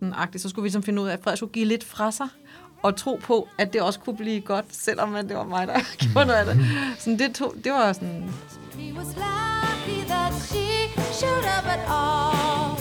så skulle vi ligesom finde ud af, at Frederik skulle give lidt fra sig, og tro på, at det også kunne blive godt, selvom det var mig, der gjorde noget af det. Sådan, det var sådan... He was lucky that she showed up at all.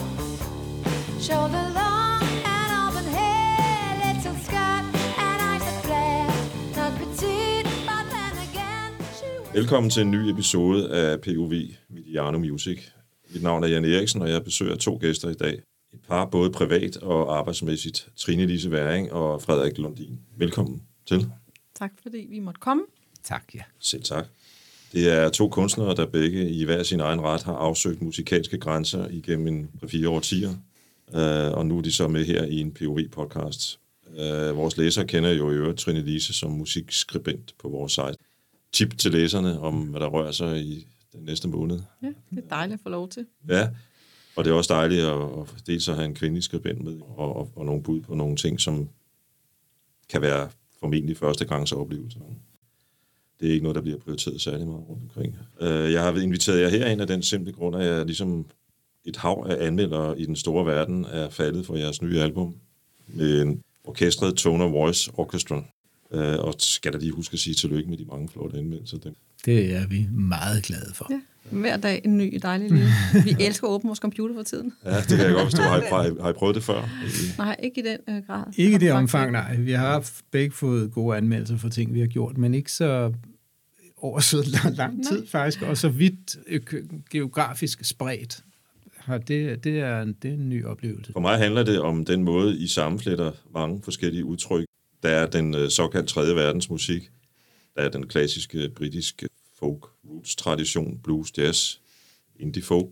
Showed the long and auburn hair, little skirt and eyes that flare. Not petite, but then again she... Velkommen til en ny episode af POV, Mediano Music. Mit navn er Jan Eriksen, og jeg besøger 2 gæster i dag. Et par både privat og arbejdsmæssigt. Trine Lise Væring og Frederik Lundin. Velkommen til. Tak fordi vi måtte komme. Tak, ja. Selv tak. Det er 2 kunstnere, der begge i hver sin egen ret har afsøgt musikalske grænser igennem en 3-4 årtier. Og nu er de så med her i en POV-podcast. Vores læsere kender jo i øvrigt Trine Lise som musikskribent på vores site. Tip til læserne om, hvad der rører sig i den næste måned. Ja, det er dejligt at få lov til. Ja, og det er også dejligt at dels at have en kvindelig skribent med, og nogle bud på nogle ting, som kan være formentlig førstegangsoplevelse. Det er ikke noget, der bliver prioriteret særlig meget rundt omkring. Jeg har inviteret jer herind af den simple grund, at jeg ligesom et hav af anmeldere i den store verden er faldet for jeres nye album med orkestret Tone of Voice Orchestra. Og skal da lige huske at sige tillykke med de mange flotte anmeldelser. Det er vi meget glade for. Ja. Hver dag en ny dejlig liv. Vi elsker at åbne vores computer for tiden. Ja, det kan jeg godt forstå. Har I prøvet det før? Nej, ikke i den grad. Ikke i det omfang, nej. Vi har begge fået gode anmeldelser for ting, vi har gjort, men ikke så over så lang tid faktisk, og så vidt geografisk spredt. Det er en ny oplevelse. For mig handler det om den måde, I sammenfletter mange forskellige udtryk. Der er den såkaldt 3. verdens musik. Der er den klassiske britiske folk, roots, tradition, blues, jazz, indie folk,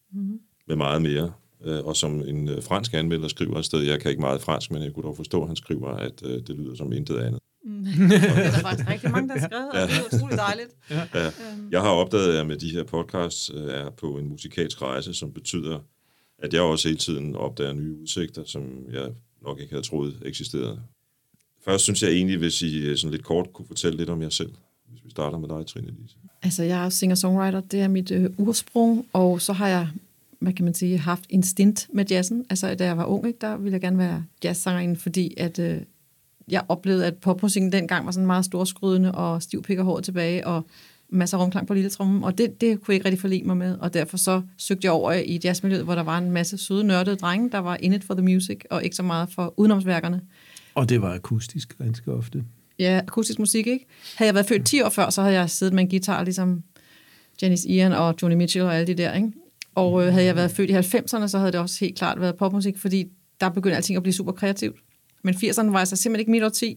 med meget mere. Og som en fransk anmelder skriver et sted, jeg kan ikke meget fransk, men jeg kunne dog forstå, at han skriver, at det lyder som intet andet. Det er der faktisk rigtig mange, der har skrevet, og det er utroligt dejligt. Ja. Jeg har opdaget, at jeg med de her podcasts er på en musikalsk rejse, som betyder, at jeg også hele tiden opdager nye udsigter, som jeg nok ikke havde troet eksisterede. Først synes jeg egentlig, hvis I sådan lidt kort kunne fortælle lidt om jer selv. Hvis vi starter med dig, Trine Lise. Altså, jeg er singer-songwriter, det er mit ursprung, og så har jeg, hvad kan man sige, haft en stint med jazzen. Altså, da jeg var ung, ikke, der ville jeg gerne være jazzsangerinde, fordi at jeg oplevede, at popmusikken dengang var sådan meget storskrydende, og stiv pikker håret tilbage, og masser af rumklang på lille trommen, og det kunne jeg ikke rigtig forlige mig med, og derfor så søgte jeg over i jazzmiljøet, hvor der var en masse søde, nørdede drenge, der var in it for the music, og ikke så meget for udenomsværkerne. Og det var akustisk ganske ofte. Ja, akustisk musik, ikke? Havde jeg været født 10 år før, så havde jeg siddet med en guitar, ligesom Janis Ian og Joni Mitchell og alle de der, ikke? Og havde jeg været født i 90'erne, så havde det også helt klart været popmusik, fordi der begyndte alting at blive super kreativt. Men 80'erne var altså simpelthen ikke mit årti.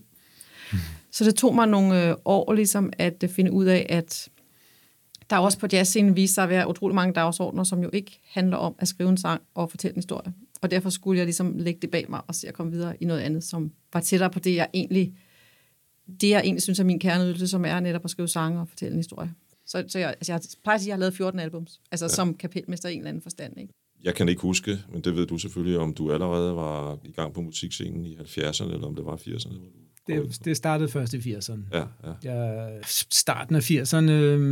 Så det tog mig nogle år ligesom at finde ud af, at der også på jazzscenen viste sig at være utrolig mange dagsordner, som jo ikke handler om at skrive en sang og fortælle en historie. Og derfor skulle jeg ligesom lægge det bag mig og se at komme videre i noget andet, som var tættere på det, jeg egentlig synes er min kerneydelse, som er netop at skrive sange og fortælle en historie. Så jeg plejer at sige, at jeg har lavet 14 albums, altså som kapelmester i en eller anden forstand, ikke? Jeg kan ikke huske, men det ved du selvfølgelig, om du allerede var i gang på musikscenen i 70'erne, eller om det var 80'erne. Det startede først i 80'erne. Ja. Starten af 80'erne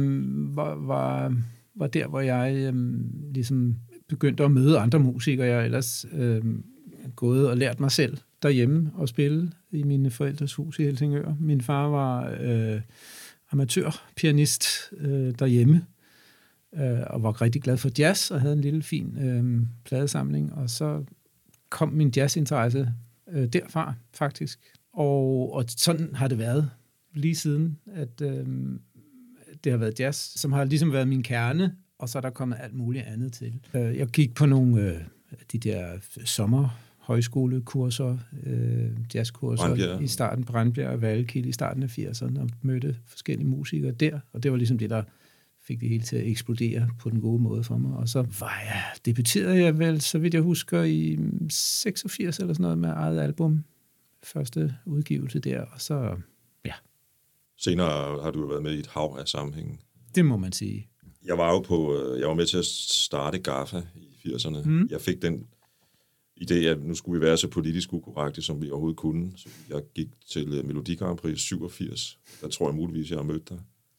var der, hvor jeg ligesom begyndte at møde andre musikere. Jeg ellers gået og lært mig selv derhjemme at spille i mine forældres hus i Helsingør. Min far var amatørpianist derhjemme, og var rigtig glad for jazz, og havde en lille fin pladesamling. Og så kom min jazzinteresse derfra, faktisk. Og sådan har det været lige siden, at det har været jazz, som har ligesom været min kerne, og så er der kommet alt muligt andet til. Jeg gik på nogle af de der sommerhøjskolekurser, jazzkurser i starten, Brandbjerg og Vallekilde i starten af 80'erne, og mødte forskellige musikere der, og det var ligesom det, der fik det hele til at eksplodere på den gode måde for mig. Og så debuterede jeg vel, så vidt jeg husker, i 86 eller sådan noget med eget album. Første udgivelse der, og så, ja. Senere har du jo været med i et hav af sammenhængen. Det må man sige. Jeg var med til at starte GAFA i 80'erne. Jeg fik den idé, at nu skulle vi være så politisk ukorrekte, som vi overhovedet kunne. Så jeg gik til Melodi Grand Prix 87. Der tror jeg muligvis, jeg har mødt dig.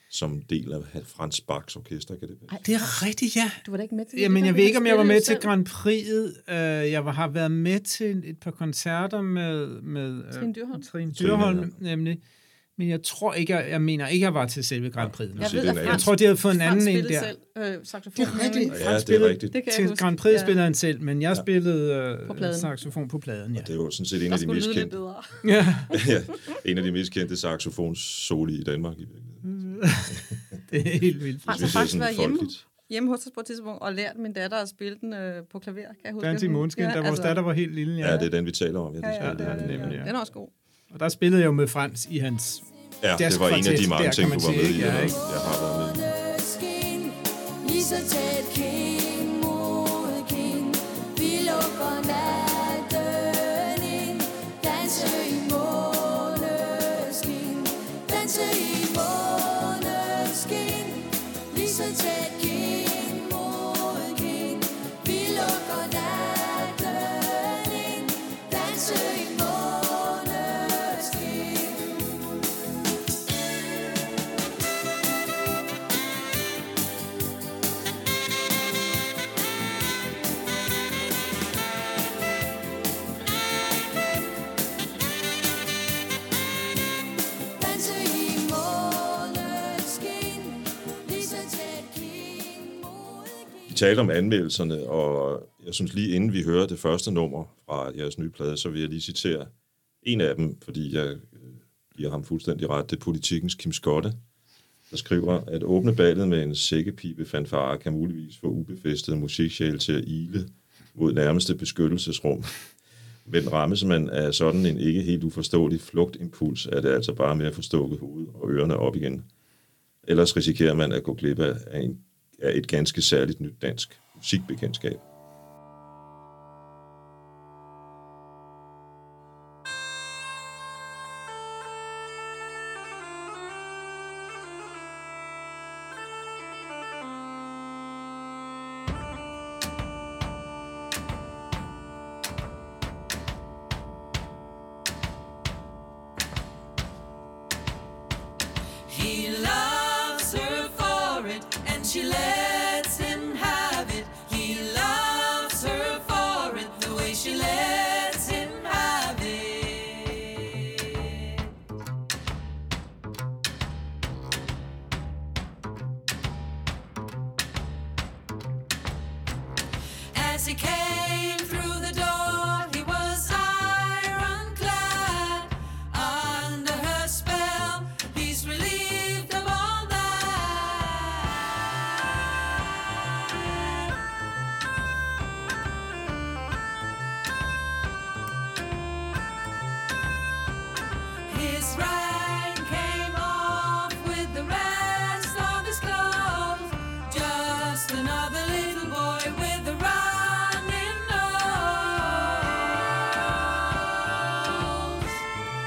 som del af Frans Bachs orkester, kan det være? Det er rigtigt, ja. Du var da ikke med til det? Jamen, jeg ved ikke, om jeg var med til Grand Prix'et. Jeg har været med til et par koncerter med Trine Dyrholm, nemlig. Men jeg tror ikke, jeg mener ikke, jeg var til selve Grand Prix'et. Jeg tror, de havde fået en anden en der. Saxofon. Det er rigtigt. Ja, det er rigtigt. Til Grand Prix spillede han selv, men jeg spillede saxofon på pladen, ja. Og det er jo sådan set en af de mest kendte. Ja. En af de mest kendte saxofonsoli i Danmark i virkeligheden. Det er helt vildt. Frans har faktisk været hjemme hos os på et tidspunkt og lært min datter at spille den på klaver, kan jeg huske. Dancing Måneskin, da vores datter var helt lille. Ja, det er den, vi taler om. Ja, den er også god. Og der spillede jeg jo med Frans i hans det var en af de mange ting, du var med i. Jeg har været med. Lige så tæt king mod king. Vi lukker natten ind. Danse i måneskin. Danse i måneskin. Lige så tæt king mod king. Vi lukker natten ind. Danse i måneskin. Vi talte om anmeldelserne, og jeg synes lige inden vi hører det første nummer fra jeres nye plade, så vil jeg lige citere en af dem, fordi jeg giver ham fuldstændig ret. Det er Politikens Kim Skotte, der skriver, at åbne ballet med en sækkepibe fanfare kan muligvis få ubefæstede musiksjæle til at ile mod nærmeste beskyttelsesrum. Men rammes man af sådan en ikke helt uforståelig flugtimpuls, er det altså bare med at få stukket hovedet og ørerne op igen. Ellers risikerer man at gå glip af et ganske særligt nyt dansk musikbekendtskab. He loves her for it, and she lets him have it. He loves her for it, the way she lets him have it. As he came through the door, he was ironclad. Under her spell, he's relieved of all that. His rank came off with the rest of his clothes. Just another little boy with a running nose.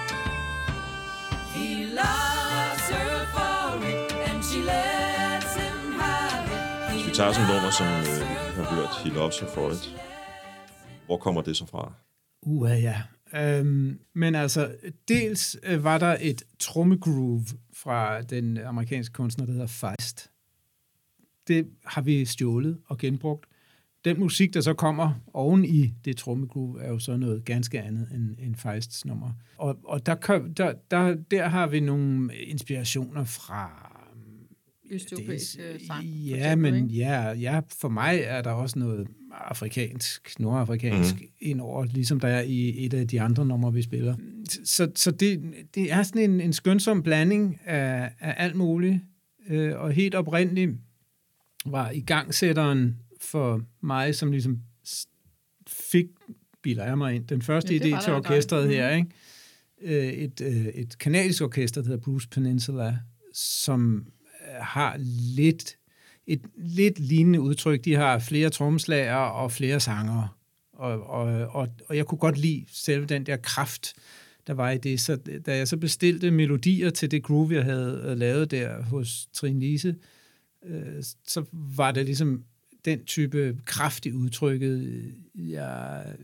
He loves her for it, and she lets him have it. Hvis vi tager sådan et nummer, som vi har hørt, He Loves Her For It, hvor kommer det så fra? Ja. Men altså, dels var der et trommegroove fra den amerikanske kunstner, der hedder Feist. Det har vi stjålet og genbrugt. Den musik, der så kommer oven i det trommegroove, er jo så noget ganske andet end Feists nummer. Og der har vi nogle inspirationer fra Østeuropæisk sang. Ja, men ja, for mig er der også noget nordafrikansk indover, ligesom der er i et af de andre numre, vi spiller. Så det er sådan en skønsom blanding af alt muligt, og helt oprindeligt var igangsætteren for mig, som ligesom fik, bilder jeg mig ind, den første idé til orkestret her, ikke? Et kanadisk orkester, der hedder Bruce Peninsula, som har et lidt lignende udtryk. De har flere trommeslager og flere sangere. Og jeg kunne godt lide selv den der kraft, der var i det. Så da jeg så bestilte melodier til det groove, jeg havde lavet der hos Trine Lise, så var det ligesom den type kraft i udtrykket, jeg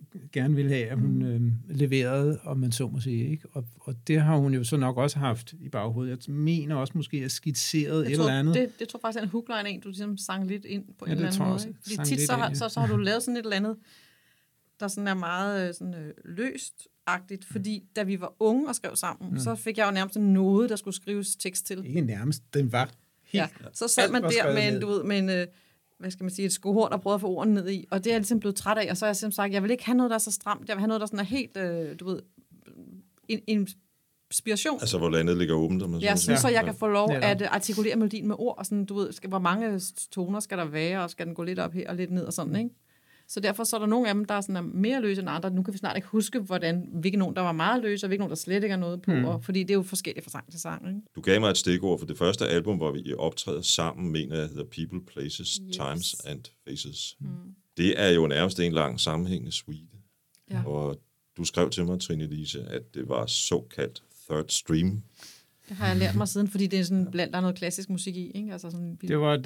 gerne ville have, at hun leverede, om man så må sige. Ikke? Og det har hun jo så nok også haft i baghovedet. Jeg mener også måske, at skitseret et eller andet. Det tror faktisk er en hookline, en du ligesom sang lidt ind på en det eller anden tror jeg måde. også. Ikke? Fordi Sang tit lidt så ind, har du lavet sådan et eller andet, der sådan er meget løst-agtigt, fordi da vi var unge og skrev sammen, så fik jeg jo nærmest en node, der skulle skrives tekst til. Ikke nærmest, den var helt... Ja, så sad man var der skrevet med en, ned. du ved, med en, hvad skal man sige, et skohorn, der prøvede at få ordene ned i, og det er jeg ligesom blevet træt af, og så har jeg simpelthen sagt, jeg vil ikke have noget, der er så stramt, jeg vil have noget, der sådan er helt, du ved, en inspiration. Altså, hvor landet ligger åbent, om man Jeg synes, så jeg kan få lov Netop. at artikulere melodien med ord, og sådan, du ved, hvor mange toner skal der være, og skal den gå lidt op her og lidt ned og sådan, ikke? Så derfor så er der nogle af dem, der er, sådan, er mere løse end andre. Nu kan vi snart ikke huske, hvilke nogen, der var meget løse, og hvilke nogen, der slet ikke er noget på, og, fordi det er jo forskelligt fra sang til sang, ikke? Du gav mig et stikord for det første album, hvor vi optræder sammen, mener jeg, hedder People, Places, Times and Faces. Det er jo nærmest en lang sammenhængende suite. Ja. Og du skrev til mig, Trine Lise, at det var såkaldt third stream. Det har jeg lært mig siden, fordi det er sådan, der er noget klassisk musik i, ikke? Altså sådan, Det var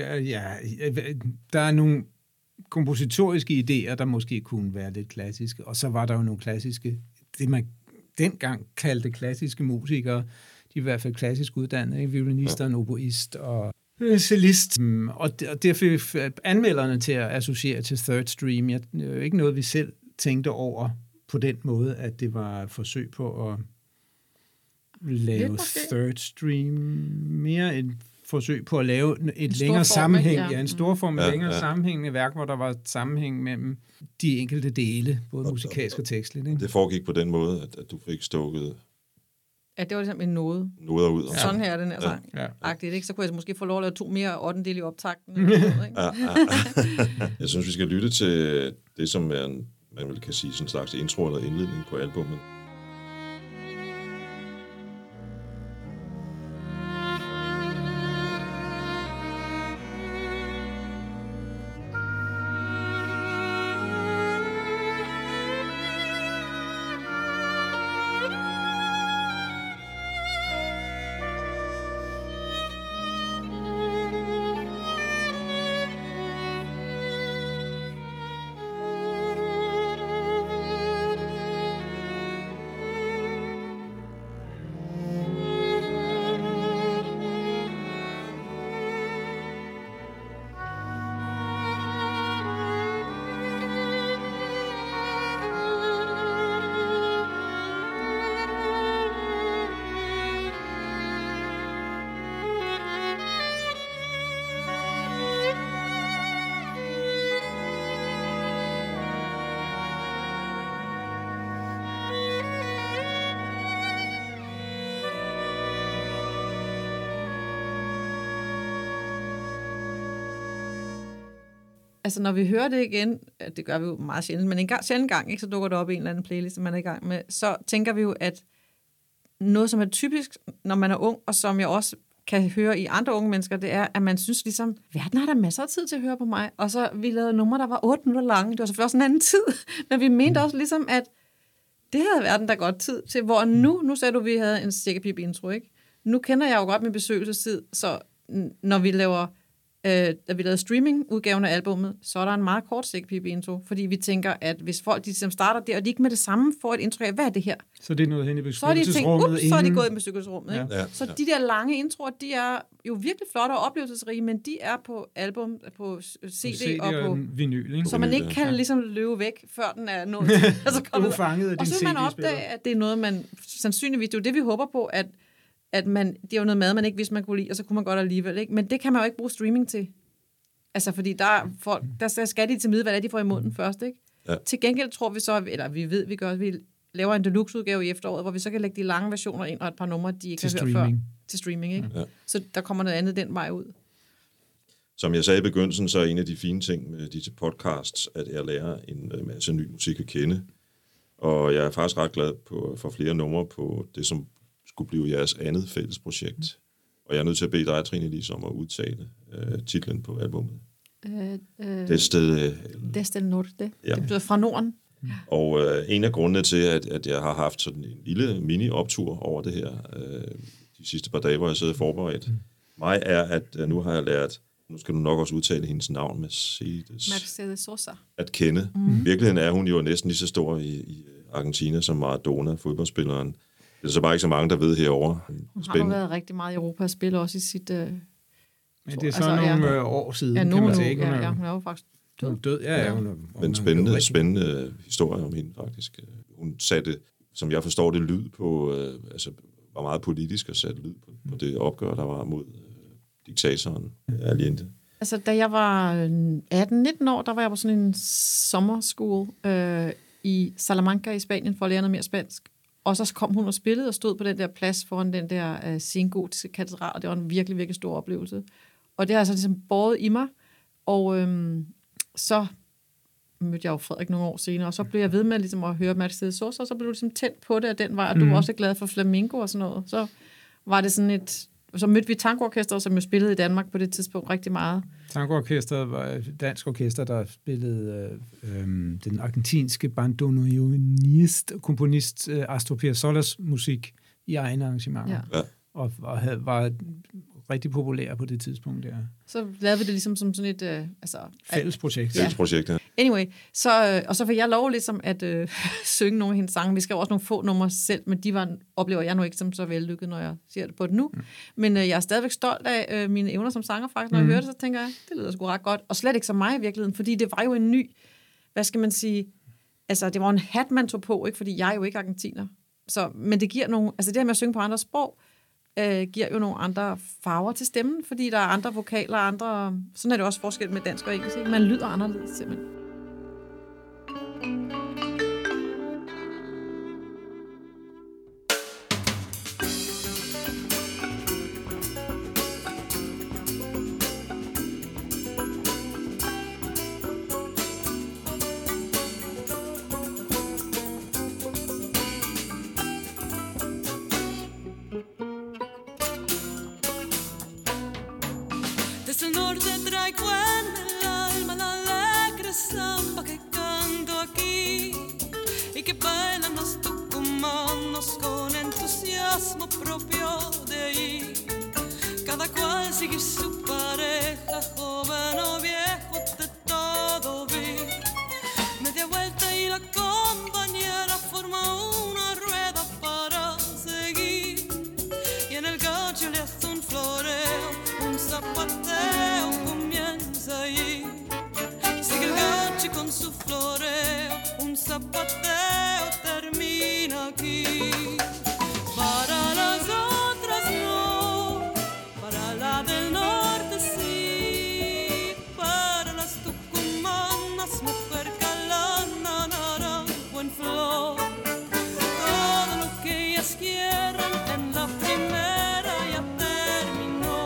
der er nogle kompositoriske idéer, der måske kunne være lidt klassiske, og så var der jo nogle klassiske, det man dengang kaldte klassiske musikere, de er i hvert fald klassisk uddannede, ikke? Violinist og en oboist og cellist, og det fik anmelderne til at associere til third stream. Det er jo ikke noget, vi selv tænkte over på den måde, at det var et forsøg på at lave third stream, mere en forsøg på at lave et længere sammenhæng, en stor form, længere sammenhængende værk, hvor der var sammenhæng mellem de enkelte dele, både musikalsk og tekstligt. Ikke? Det foregik på den måde, at du fik stukket Ja, det var ligesom en node. noder ud. Ja. Sådan her er den her sang. Ja. Agtigt, ikke? Så kunne jeg måske få lov at lave 2 mere ottendele i optakten. Eller sådan noget, ikke? Jeg synes, vi skal lytte til det, som er man vel kan sige, sådan en slags intro eller indledning på albumet. Altså, når vi hører det igen, det gør vi jo meget sjældent, men sjældent gang, ikke, så dukker det op i en eller anden playlist, man er i gang med, så tænker vi jo, at noget, som er typisk, når man er ung, og som jeg også kan høre i andre unge mennesker, det er, at man synes ligesom, verden har der masser af tid til at høre på mig, og så vi lavede numre, der var 8 minutter lange, det var selvfølgelig også en anden tid, men vi mente også ligesom, at det havde verden da godt tid til, hvor nu sagde du, at vi havde en Sækkepip intro, ikke? Nu kender jeg jo godt min besøgelsestid, så når vi laver da vi lavede streaming-udgaven af albummet, så er der en meget kort Sækkepip-intro, fordi vi tænker, at hvis folk de ligesom starter der, og de ikke med det samme får et indtryk af, hvad er det her? Så det er noget hen i Så er de tænkt, beskyttelsesrummet så er de gået i beskyttelsesrummet. Ikke? Ja. Så de der lange introer, de er jo virkelig flotte og oplevelsesrige, men de er på album, på CD og på vinyl, ikke? så man ikke kan ligesom løbe væk, før den er nået til. Altså, Ufanget af din og så vil man CD-spiller. opdage, at det er noget, man sandsynligvis, det er jo det, vi håber på, at man, det er jo noget mad, man ikke vidste, man kunne lide, og så kunne man godt alligevel. Ikke? Men det kan man jo ikke bruge streaming til. Altså, fordi der skal de til middag, hvad de får i munden først, ikke? Ja. Til gengæld tror vi så, eller vi ved, vi gør, at vi laver en deluxe-udgave i efteråret, hvor vi så kan lægge de lange versioner ind, og et par numre, de ikke har hørt før. Til streaming, ikke? Ja. Så der kommer noget andet den vej ud. Som jeg sagde i begyndelsen, så er en af de fine ting med disse podcasts, at jeg lærer en masse ny musik at kende. Og jeg er faktisk ret glad for flere numre på det, som skulle blive jeres andet fælles projekt. Og jeg er nødt til at bede dig, Trine Lise, om at udtale titlen på albumet. Destel Norte. Ja. Det betyder fra Norden. Og en af grundene til, at jeg har haft sådan en lille mini-optur over det her de sidste par dage, hvor jeg sidder forberedt mig, er, at nu har jeg lært nu skal du nok også udtale hendes navn, Mercedes Sosa. at kende. Virkeligheden er hun jo næsten lige så stor i Argentina som Maradona, fodboldspilleren. Det er så bare ikke så mange, der ved herovre. Hun har jo været rigtig meget i Europa og spiller også i sit... Men det er så nogle år siden, kan man sige. Ja, hun er jo faktisk død. Hun er død, ja. Men spændende historie om hende, faktisk. Hun satte, som jeg forstår det, lyd på... var meget politisk og satte lyd på det opgør, der var mod diktatoren Allende. Altså, da jeg var 18-19 år, der var jeg på sådan en sommerskole i Salamanca i Spanien for at lære noget mere spansk. Og så kom hun og spillede og stod på den der plads foran den der sengotiske katedral, og det var en virkelig, virkelig stor oplevelse. Og det har altså ligesom båret i mig, og så mødte jeg jo Frederik nogle år senere, og så blev jeg ved med ligesom at høre Mercedes Sosa, og så blev du ligesom tændt på det af den vej, og du var også glad for flamenco og sådan noget. Så var det sådan så mødte vi tangoorkestret, som jo spillede i Danmark på det tidspunkt rigtig meget. Tangoorkestret var et dansk orkester, der spillede den argentinske bandoneonist, komponist Astor Piazzollas musik i egne arrangementer. Ja. Og var rigtig populær på det tidspunkt der. Så lavede vi det ligesom som sådan et... Fællesprojekt. Fællesprojekt, ja. Anyway, og så fik jeg lov ligesom at synge nogle af hendes sange. Vi skrev også nogle få numre selv, men de oplever jeg nu ikke som så vellykket, når jeg ser det på det nu. Men jeg er stadigvæk stolt af mine evner som sanger, faktisk. Når jeg hører det, så tænker jeg, det lyder sgu ret godt. Og slet ikke som mig i virkeligheden, fordi det var jo en ny, hvad skal man sige, altså det var en hat, man tog på, ikke? Fordi jeg er jo ikke argentiner. Men det giver nogle, altså det her med at synge på andre sprog, giver jo nogle andre farver til stemmen, fordi der er andre vokaler, andre... Sådan er det også forskel med dansk og engelsk, ikke? Man lyder anderledes simpelthen. Desde el norte traigo en el alma la alegre samba que canto aquí y que bailan los tucumanos con entusiasmo propio de ahí. Cada cual sigue su pareja, joven o viejo, de todo vi. Media vuelta y la compañera forma una rueda para seguir y en el gaucho le hace un floreo, un zapateo comienza ahí. Sigue el gaucho con su floreo, un zapateo termina aquí. Para las otras no, para la del norte sí, para las tucumanas mujer calana, naranjo en flor. Todo lo que ellas quieran en la primera ya terminó.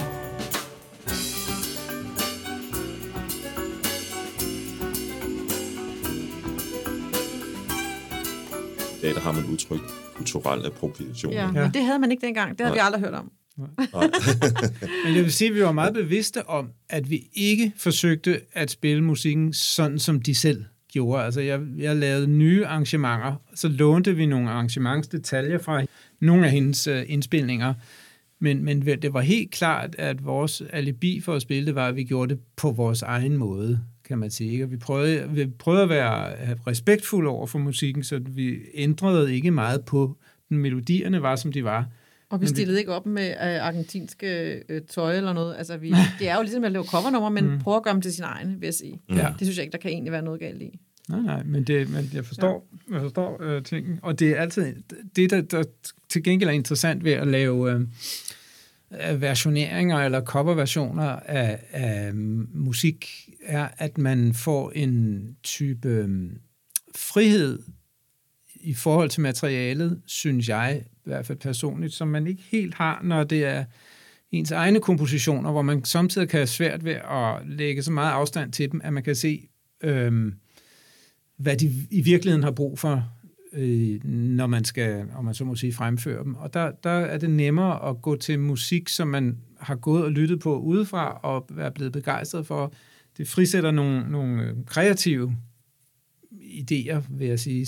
I dag der har man udtrykt kulturel appropriation. Ja, men det havde man ikke dengang. Det havde vi aldrig hørt om. Men jeg vil sige, at vi var meget bevidste om, at vi ikke forsøgte at spille musikken sådan, som de selv gjorde. Altså, jeg lavede nye arrangementer, så lånte vi nogle arrangementsdetaljer fra nogle af hendes indspilninger, men det var helt klart, at vores alibi for at spille det var, at vi gjorde det på vores egen måde, kan man sige. Og vi prøvede at være respektfulde over for musikken, så vi ændrede ikke meget på den. Melodierne var, som de var. Og vi stillede ikke op med argentinske tøj eller noget. Altså, det er jo ligesom at lave covernummer, men prøve at gøre dem til sin egen, vil jeg sige. Ja. Det synes jeg ikke, der kan egentlig være noget galt i. Nej, men jeg forstår ting. Og det er altid det, der til gengæld er interessant ved at lave versioneringer eller coverversioner af musik, er, at man får en type frihed i forhold til materialet, synes jeg, i hvert fald personligt, som man ikke helt har, når det er ens egne kompositioner, hvor man samtidig kan have svært ved at lægge så meget afstand til dem, at man kan se, hvad de i virkeligheden har brug for, når man skal, om man så må sige, fremføre dem. Og der er det nemmere at gå til musik, som man har gået og lyttet på udefra, og er blevet begejstret for. Det frisætter nogle kreative idéer, vil jeg sige,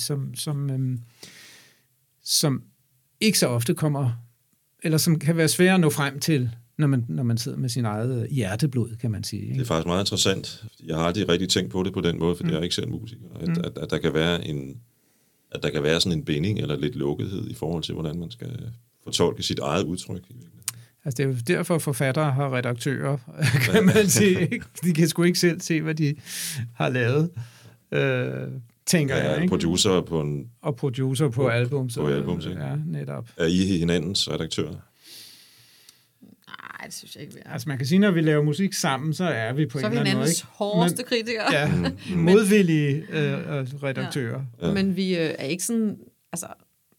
som ikke så ofte kommer, eller som kan være svære at nå frem til når man sidder med sin eget hjerteblod, kan man sige. Det er Ikke? faktisk meget interessant. Jeg har aldrig rigtig tænkt på det på den måde, for jeg er ikke selv musiker. At der kan være at der kan være sådan en binding eller lidt lukkethed i forhold til, hvordan man skal fortolke sit eget udtryk. Altså, det er jo derfor, forfattere har redaktører, kan man sige. Ikke? De kan sgu ikke selv se, hvad de har lavet, tænker jeg. Ikke? Producer på en... Og producer på album. På album, ikke? Ja, netop. Er I hinandens redaktører? Nej, det synes jeg ikke, vi er. Altså, man kan sige, når vi laver musik sammen, så er vi på Så er en vi eller anden måde, hinandens ikke? hårdeste kritikere. Ja, modvillige redaktører. Ja. Men vi er ikke sådan... Altså,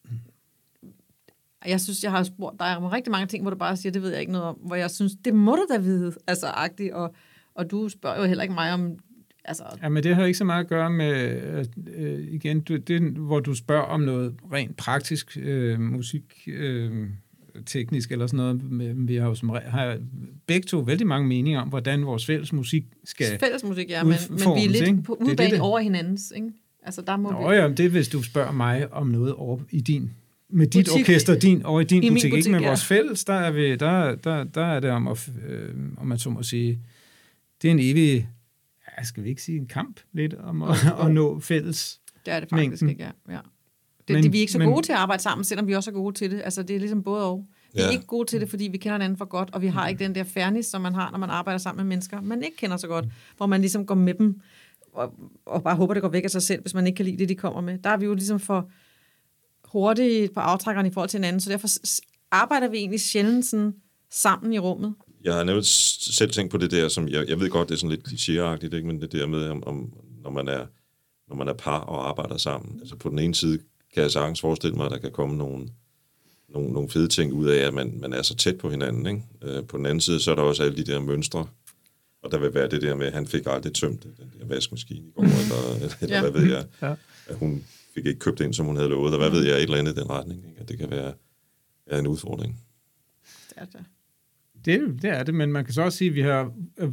jeg synes, jeg har spurgt dig om rigtig mange ting, hvor du bare siger, det ved jeg ikke noget om. Hvor jeg synes, det må du da vide. Altså, agtigt. Og du spørger jo heller ikke mig om... Altså, ja, men det har ikke så meget at gøre med... igen, det, hvor du spørger om noget rent praktisk musik... teknisk eller sådan noget. Vi har jo har begge to vældig mange meninger om, hvordan vores fælles musik skal fælles musik, ja, men vi er lidt på udbanen over hinandens, ikke? Altså, der må ja, det er, hvis du spørger mig om noget over i din med dit butik, orkester, over i din i butik, ikke med vores fælles, der er det om man så må sige, det er en evig, skal vi ikke sige en kamp lidt, om at nå fælles. Det er det faktisk ikke, ja. Vi er ikke så gode til at arbejde sammen, selvom vi også er gode til det. Altså, det er ligesom både og. Vi er ikke gode til det, fordi vi kender hinanden for godt, og vi har ikke den der fairness, som man har, når man arbejder sammen med mennesker, man ikke kender så godt, hvor man ligesom går med dem, og bare håber, det går væk af sig selv, hvis man ikke kan lide det, de kommer med. Der er vi jo ligesom for hurtigt på aftrækkerne i forhold til hinanden, så derfor arbejder vi egentlig sjældent sådan sammen i rummet. Jeg har nævnt selv tænkt på det der, som jeg ved godt, det er sådan lidt klichéagtigt, ikke? Men det der med, om når man er par og arbejder sammen. Altså på den ene side kan jeg sagtens forestille mig, at der kan komme nogle fede ting ud af, at man er så tæt på hinanden. Ikke? På den anden side, så er der også alle de der mønstre, og der vil være det der med, at han fik aldrig tømt den der vaskemaskine i går, eller hvad ved jeg, at hun fik ikke købt ind, som hun havde lovet, og hvad ved jeg, et eller andet i den retning. Ikke? At det kan være en udfordring. Det er det. Det er det, men man kan så også sige, at vi har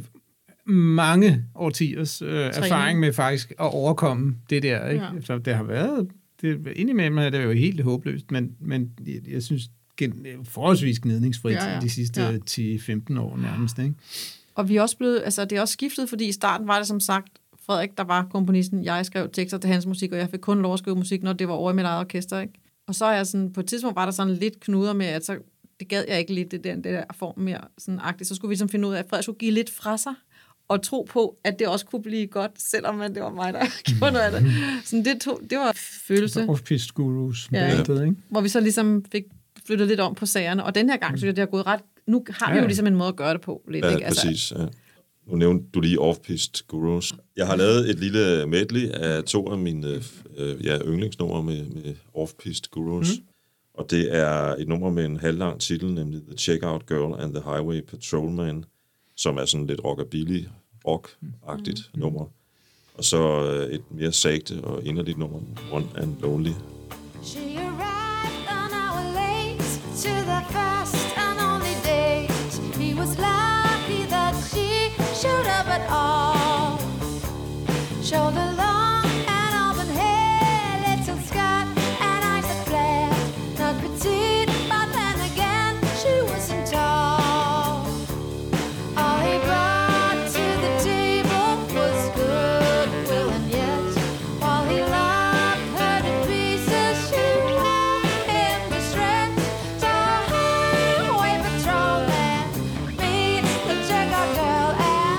mange årtiers erfaring med faktisk at overkomme det der. Ikke? Ja. Så det har været... Indimellem er det jo helt håbløst, men jeg synes, forholdsvis gnidningsfrit de sidste 10-15 år nærmest. Ikke? Og vi er også blevet, altså det er også skiftet, fordi i starten var det som sagt, Frederik, der var komponisten, jeg skrev tekster til hans musik, og jeg fik kun lov at skrive musik, når det var over i mit eget orkester. Ikke? Og så er jeg sådan, på et tidspunkt var der sådan lidt knuder med, at så, det gad jeg ikke lidt, det der form mere sådan agtigt. Så skulle vi ligesom finde ud af, at Frederik skulle give lidt fra sig, og tro på, at det også kunne blive godt, selvom det var mig, der gjorde noget af det. Sådan det var følelse. Off-piste gurus. Bandet, ikke? Hvor vi så ligesom fik flyttet lidt om på sagerne. Og den her gang, synes jeg, det har gået ret... Nu har vi jo ligesom en måde at gøre det på. Lidt, ikke? Altså, præcis. Ja. Nu nævnte du lige Off-piste gurus. Jeg har lavet et lille medley af 2 af mine yndlingsnumre med Off-piste gurus. Og det er et nummer med en halvlang titel, nemlig The Checkout Girl and the Highway Patrolman, som er sådan lidt rockabilly, rock-agtigt nummer. Og så et mere sagte og inderligt nummer, One and Lonely. She arrived an hour late to the first and only date. He was lucky that she showed up at all. Shoulder long and auburn hair, little skirt and eyes that flare. Not petite, but then again she wasn't tall. All he brought to the table was goodwill, and yet while he loved her to pieces, she wore him to shreds. So highway patrolman meets the checkout girl, and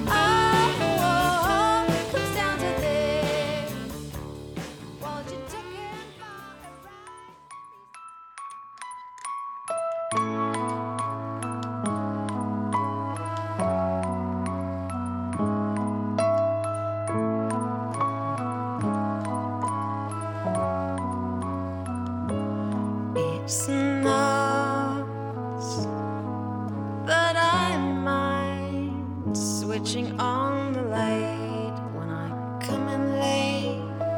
it comes down to this. Well, she took him for a It's not that I mind switching on the light when I come in late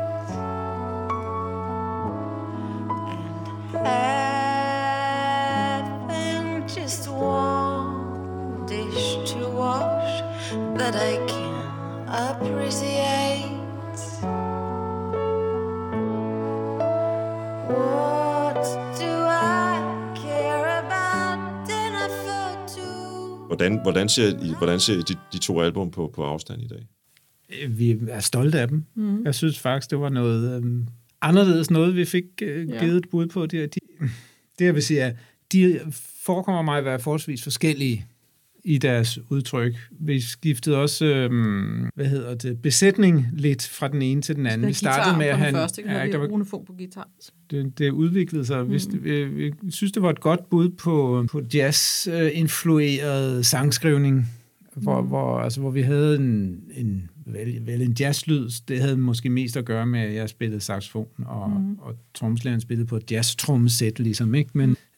and having just one dish to wash that I can appreciate. What do I care about dinner for two? Hvordan ser I de to album på afstand i dag? Vi er stolte af dem. Jeg synes faktisk, det var noget anderledes noget, vi fik givet et bud på. Det jeg vil sige, at de forekommer mig at være forholdsvis forskellige i deres udtryk. Vi skiftede også, besætning lidt fra den ene til den anden. Vi startede med at have der var unifon på guitar. Det udviklede sig. Vi synes, det var et godt bud på jazz-influeret sangskrivning, hvor vi havde en jazzlyd. Det havde måske mest at gøre med, at jeg spillede saxofon, og trommeslageren spillede på et jazz-trommesæt, ligesom, ikke?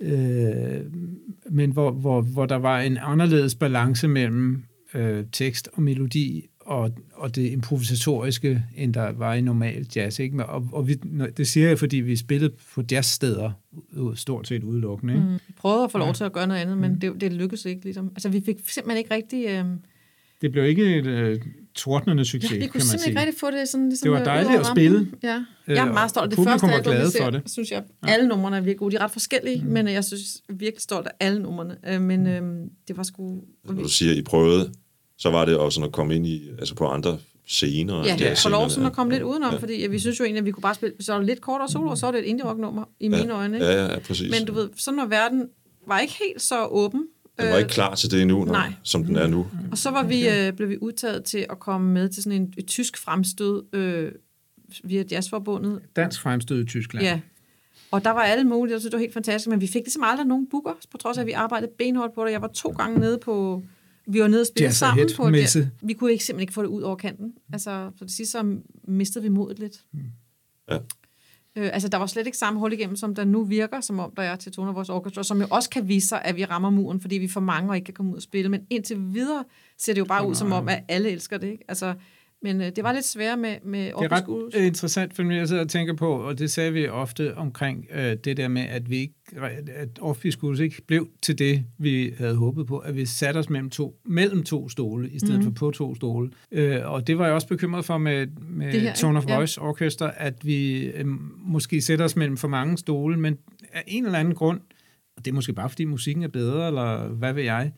Men hvor der var en anderledes balance mellem tekst og melodi og det improvisatoriske, end der var i normal jazz, ikke? Det siger jeg, fordi vi spillede på jazzsteder stort set udelukkende, ikke? Vi prøvede at få lov til at gøre noget andet, men det lykkedes ikke, ligesom. Altså, vi fik simpelthen ikke rigtig... Det blev ikke et tordnende succes, kan man sige. Vi kunne simpelthen ikke rigtig få det sådan... Ligesom det var dejligt at spille. Ja. Jeg er meget stolt af det første album, jeg ser, synes jeg, alle numrene er virkelig gode. De er ret forskellige, men jeg synes virkelig stolt af alle numrene. Men det var sgu... Når du siger, I prøvede, så var det også at komme ind i, altså på andre scener. Ja, for lov sådan at komme lidt udenom, fordi vi synes jo egentlig, at vi kunne bare spille, så var det lidt kortere solo, og så var det et indie-rock-nummer i mine øjne. Ikke? Ja, præcis. Men du ved, sådan når verden var ikke helt så åben. Den var ikke klar til det endnu, som den er nu. Og så var blev vi udtaget til at komme med til sådan et tysk fremstød via Jazzforbundet. Dansk fremstød i Tyskland. Ja. Og der var alle mulige, og det var helt fantastisk, men vi fik ligesom aldrig nogen booker, på trods af, at vi arbejdede benhårdt på det. Jeg var 2 gange nede på... Vi var nede og spille sammen på det. Vi kunne simpelthen ikke få det ud over kanten. Altså, for det sidste, så mistede vi modet lidt. Ja. Altså, der var slet ikke samme hul igennem, som der nu virker, som om der er til Tone of Voice Orchestra, som jo også kan vise sig, at vi rammer muren, fordi vi for mange og ikke kan komme ud og spille. Men indtil videre ser det jo bare ud, som om, at alle elsker det, ikke? Altså, men det var lidt sværere med Off School. Det er ret interessant, for jeg sidder og tænker på, og det sagde vi ofte omkring det der med, at Off School ikke blev til det, vi havde håbet på, at vi satte os mellem to stole, i stedet for på 2 stole. Og det var jeg også bekymret for med her, Tone of Voice Orchestra, at vi måske sætter os mellem for mange stole, men af en eller anden grund, og det er måske bare fordi musikken er bedre, eller hvad ved jeg,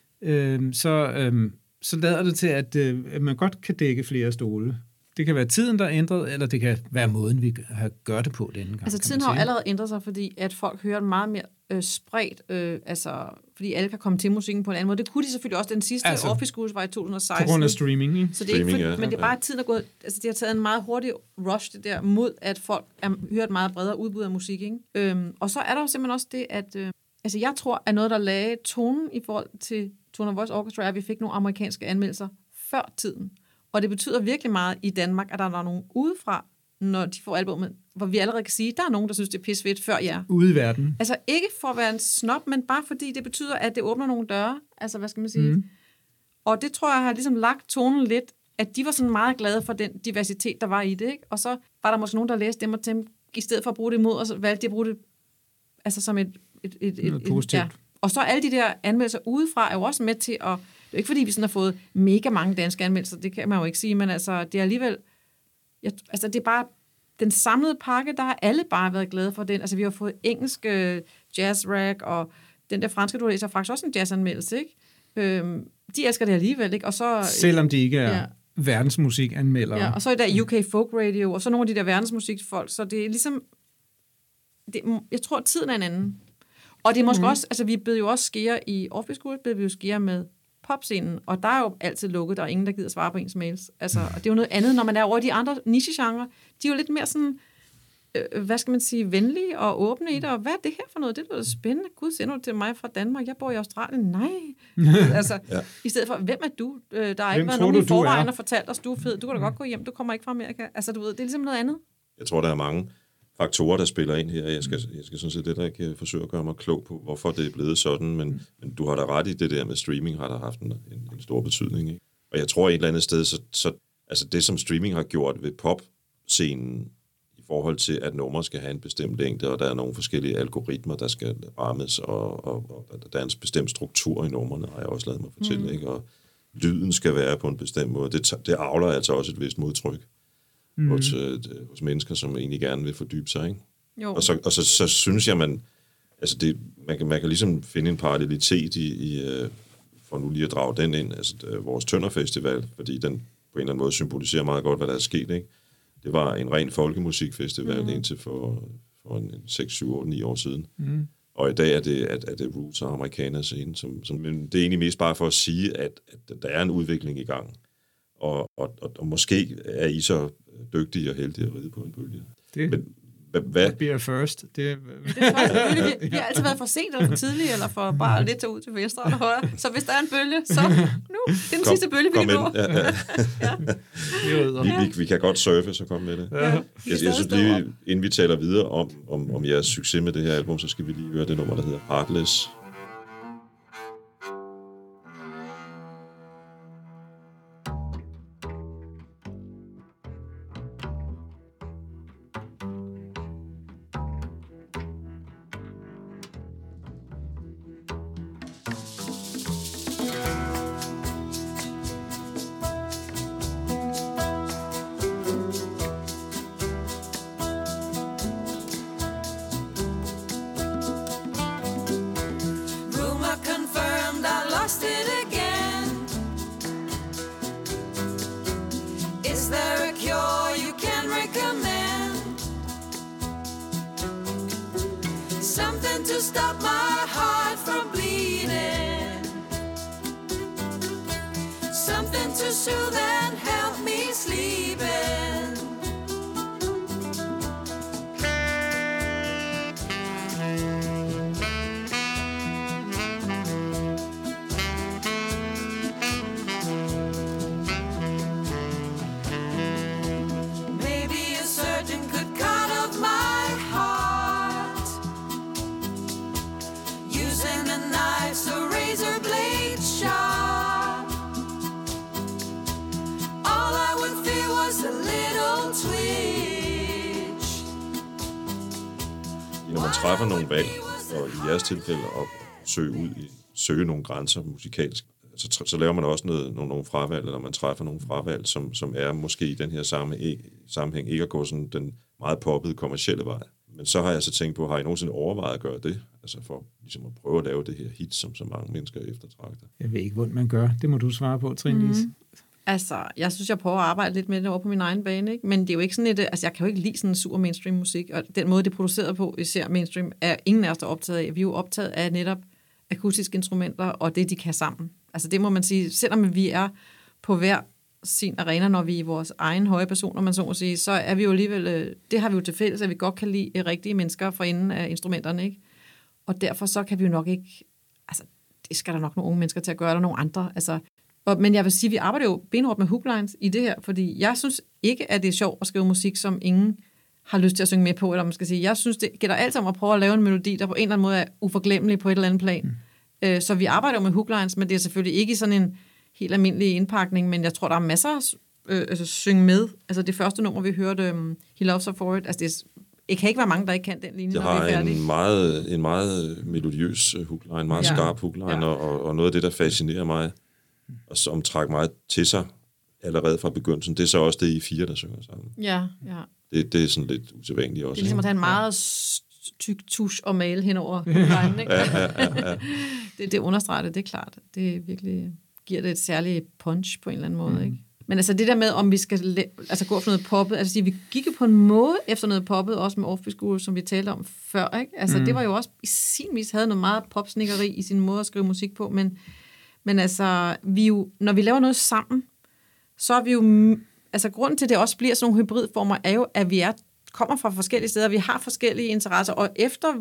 så lader det til, at man godt kan dække flere stole. Det kan være tiden, der er ændret, eller det kan være måden, vi gør det på denne gang. Altså tiden har allerede ændret sig, fordi at folk hører meget mere spredt, fordi alle kan komme til musikken på en anden måde. Det kunne de selvfølgelig også. Den sidste Office Schools var i 2016. På grund af streaming, ikke? Så det er ikke men det er bare, at tiden er gået... Altså det har taget en meget hurtig rush, det der, mod at folk hører et meget bredere udbud af musik, ikke? Og så er der jo simpelthen også det, at... altså jeg tror, at noget, der lagde tonen i forhold til Tone of Voice Orchestra, er, at vi fik nogle amerikanske anmeldelser før tiden. Og det betyder virkelig meget i Danmark, at der er nogen udefra, når de får albumet, hvor vi allerede kan sige, at der er nogen, der synes, det er pisfedt før jer. Ude i verden. Altså ikke for at være en snob, men bare fordi det betyder, at det åbner nogle døre. Altså hvad skal man sige? Og det tror jeg har ligesom lagt tonen lidt, at de var sådan meget glade for den diversitet, der var i det. Ikke? Og så var der måske nogen, der læste dem og dem, i stedet for at bruge det imod, og så valgte de at bruge det altså som et positivt. Ja. Og så alle de der anmeldelser udefra er jo også med til at... Det er ikke, fordi vi sådan har fået mega mange danske anmeldelser, det kan man jo ikke sige, men altså, det er alligevel... altså, det er bare... Den samlede pakke, der har alle bare været glade for den. Altså, vi har fået engelsk jazz rack, og den der franske, du læser, faktisk også en jazzanmeldelse, ikke? De elsker det alligevel, ikke? Og så... Selvom de ikke er verdensmusikanmeldere. Ja, og så er der UK Folk Radio, og så nogle af de der verdensmusikfolk, så det er ligesom... jeg tror, at tiden er en anden. Og det er måske også, altså vi blev jo også skære i Office School, blev vi jo skære med popscenen, og der er jo altid lukket, der er ingen, der gider svare på ens mails. Altså, og det er jo noget andet, når man er over de andre nichegenre. De er jo lidt mere sådan, hvad skal man sige, venlige og åbne i det, og hvad er det her for noget? Det lyder spændende. Gud, sender du til mig fra Danmark? Jeg bor i Australien. Nej. Altså, i stedet for, hvem er du? Der har ikke været nogen i forvejen og fortalt os, du er fed. Du kan da godt gå hjem, du kommer ikke fra Amerika. Altså, du ved, det er ligesom noget andet. Jeg tror, der er mange faktorer, der spiller ind her. Jeg skal sådan set det, der ikke forsøge at gøre mig klog på, hvorfor det er blevet sådan, men du har da ret i det der med streaming, har der haft en stor betydning. Ikke? Og jeg tror et eller andet sted, så altså det, som streaming har gjort ved popscenen, i forhold til, at numre skal have en bestemt længde, og der er nogle forskellige algoritmer, der skal rammes, og der er en bestemt struktur i numrene, har jeg også lavet mig fortælle, ikke? Og lyden skal være på en bestemt måde. Det avler altså også et vist modtryk. Hos mennesker, som egentlig gerne vil fordybe sig, ikke? Jo. Og så synes jeg, man kan ligesom finde en parallelitet i for nu lige at drage den ind, altså vores Tønder Festival, fordi den på en eller anden måde symboliserer meget godt, hvad der er sket, ikke? Det var en ren folkemusikfestival indtil for en 6, 7, 8, 9 år siden. Og i dag er det roots og amerikaner scene, men det er egentlig mest bare for at sige, at der er en udvikling i gang. Og måske er I så dygtige og heldige at ride på en bølge. Det hvad? Be first. Det vi har altid været for sent eller for tidligt, eller for bare lidt ud til venstre eller højre. Så hvis der er en bølge, så nu, det er den sidste bølge, vi kan nå. Vi kan godt surfe, så kom med det. Ja. Jeg synes lige, inden vi taler videre om jeres succes med det her album, så skal vi lige høre det nummer, der hedder Heartless. Træffer nogle valg, og i jeres tilfælde at søge nogle grænser musikalsk, så laver man også nogle fravalg, eller man træffer nogle fravalg, som er måske i den her sammenhæng ikke at gå sådan den meget poppede kommercielle vej. Men så har jeg så tænkt på, har I nogensinde overvejet at gøre det? Altså for ligesom at prøve at lave det her hit, som så mange mennesker eftertragter. Jeg ved ikke, hvordan man gør. Det må du svare på, Trine Lis. Altså, jeg synes, jeg prøver at arbejde lidt med det over på min egen bane, ikke? Men det er jo ikke sådan et... Altså, jeg kan jo ikke lide sådan en super mainstream musik, og den måde, det er produceret på, især mainstream, er ingen af os, der er optaget af. Vi er jo optaget af netop akustiske instrumenter, og det, de kan sammen. Altså, det må man sige, selvom vi er på hver sin arena, når vi er i vores egen høje personer, man så må sige, så er vi jo alligevel... Det har vi jo til fælles, at vi godt kan lide rigtige mennesker fra inden af instrumenterne, ikke? Og derfor så kan vi jo nok ikke... Altså, det skal der nok nogle unge mennesker til at gøre, eller nogle andre, altså... Men jeg vil sige, at vi arbejder jo benhårdt med hooklines i det her, fordi jeg synes ikke, at det er sjovt at skrive musik, som ingen har lyst til at synge med på, eller man skal sige. Jeg synes, det gælder altid om at prøve at lave en melodi, der på en eller anden måde er uforglemmelig på et eller andet plan. Så vi arbejder jo med hooklines, men det er selvfølgelig ikke i sådan en helt almindelig indpakning, men jeg tror, der er masser at synge med. Altså det første nummer, vi hørte, He Loves Her For It, altså det kan ikke være mange, der ikke kan den linje, når vi er færdige. Det har en meget melodiøs hookline, en meget skarp hookline, og noget af det, der fascinerer mig, og som trækker meget til sig allerede fra begyndelsen. Det er så også det, I 4, der synger sammen. Ja. Det er sådan lidt usædvanligt også. Det er ligesom at have en meget tyk tusch og male henover hookline, ikke? Ja. Det understreger det er klart. Det virkelig giver det et særligt punch på en eller anden måde, ikke? Men altså det der med, om vi skal gå for noget poppet, altså vi gik jo på en måde efter noget poppet, også med Offbeat School, som vi talte om før, ikke? Altså det var jo også i sin vis havde noget meget popsnikkeri i sin måde at skrive musik på, men altså, når vi laver noget sammen, så er vi jo... Altså, grunden til, at det også bliver sådan nogle hybridformer, er jo, at vi kommer fra forskellige steder, vi har forskellige interesser, og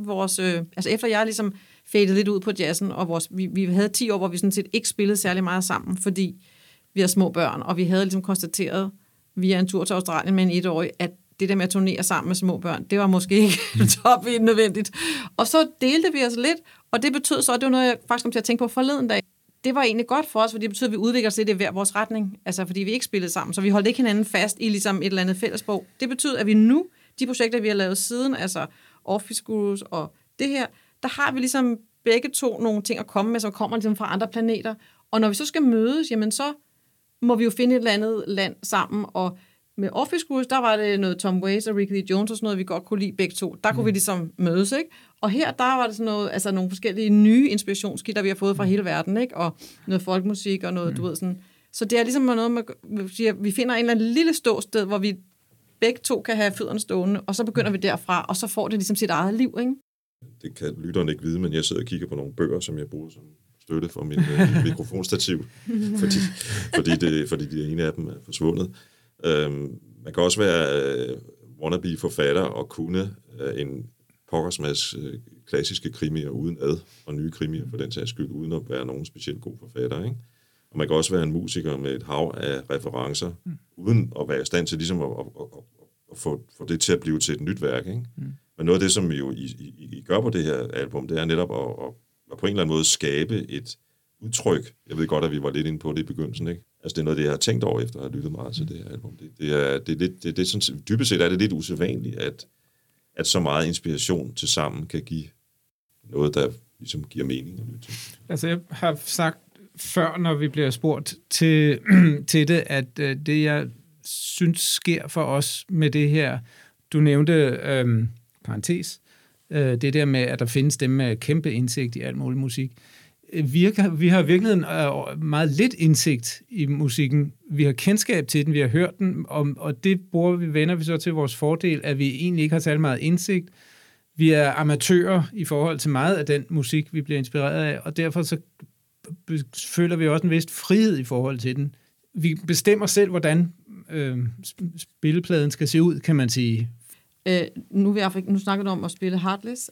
efter jeg ligesom fadede lidt ud på jazzen, og vi havde 10 år, hvor vi sådan set ikke spillede særlig meget sammen, fordi vi har små børn, og vi havde ligesom konstateret via en tur til Australien med en 1-årig, at det der med at turnere sammen med små børn, det var måske ikke top nødvendigt. Og så delte vi os lidt, og det betød så, at det var noget, jeg faktisk kom til at tænke på forleden dag. Det var egentlig godt for os, fordi det betyder, at vi udvikler os lidt i hver vores retning. Altså, fordi vi ikke spillede sammen, så vi holdt ikke hinanden fast i ligesom et eller andet fællesbog. Det betyder, at vi nu, de projekter, vi har lavet siden, altså Offbeat Schools og det her, der har vi ligesom begge to nogle ting at komme med, som kommer ligesom fra andre planeter. Og når vi så skal mødes, jamen så må vi jo finde et eller andet land sammen, og med Office Cruise, der var det noget Tom Waits og Ricky Lee Jones og sådan noget, vi godt kunne lide begge to. Der kunne vi ligesom mødes, ikke? Og her, der var det sådan noget, altså nogle forskellige nye inspirationskilder, vi har fået fra hele verden, ikke? Og noget folkmusik og noget, du ved sådan. Så det er ligesom noget med, vi finder en eller anden lille ståsted, hvor vi begge to kan have fødderne stående, og så begynder vi derfra, og så får det ligesom sit eget liv, ikke? Det kan lytterne ikke vide, men jeg sidder og kigger på nogle bøger, som jeg bruger som støtte for min mikrofonstativ, fordi de ene af dem er forsvundet. Man kan også være wannabe forfatter og kunne en pokkersmads klassiske krimier uden ad, og nye krimier for den sags skyld, uden at være nogen specielt god forfatter, ikke? Og man kan også være en musiker med et hav af referencer, uden at være i stand til ligesom at få det til at blive til et nyt værk, ikke? Men noget af det, som I gør på det her album, det er netop at på en eller anden måde skabe et udtryk. Jeg ved godt, at vi var lidt inde på det i begyndelsen, ikke? Altså, det er noget, det jeg har tænkt over, efter at have lyttet meget til det her album. Det er sådan, dybest set er det lidt usædvanligt, at så meget inspiration til sammen kan give noget, der ligesom giver mening at lytte til. Altså, jeg har sagt før, når vi bliver spurgt til det, at det, jeg synes sker for os med det her, du nævnte, parentes, det der med, at der findes dem med kæmpe indsigt i alt mulig musik. Vi har virkelig meget lidt indsigt i musikken. Vi har kendskab til den, vi har hørt den, og det vender vi så til vores fordel, at vi egentlig ikke har særlig meget indsigt. Vi er amatører i forhold til meget af den musik, vi bliver inspireret af, og derfor så føler vi også en vist frihed i forhold til den. Vi bestemmer selv, hvordan spillepladen skal se ud, kan man sige. Nu snakker du om at spille Heartless,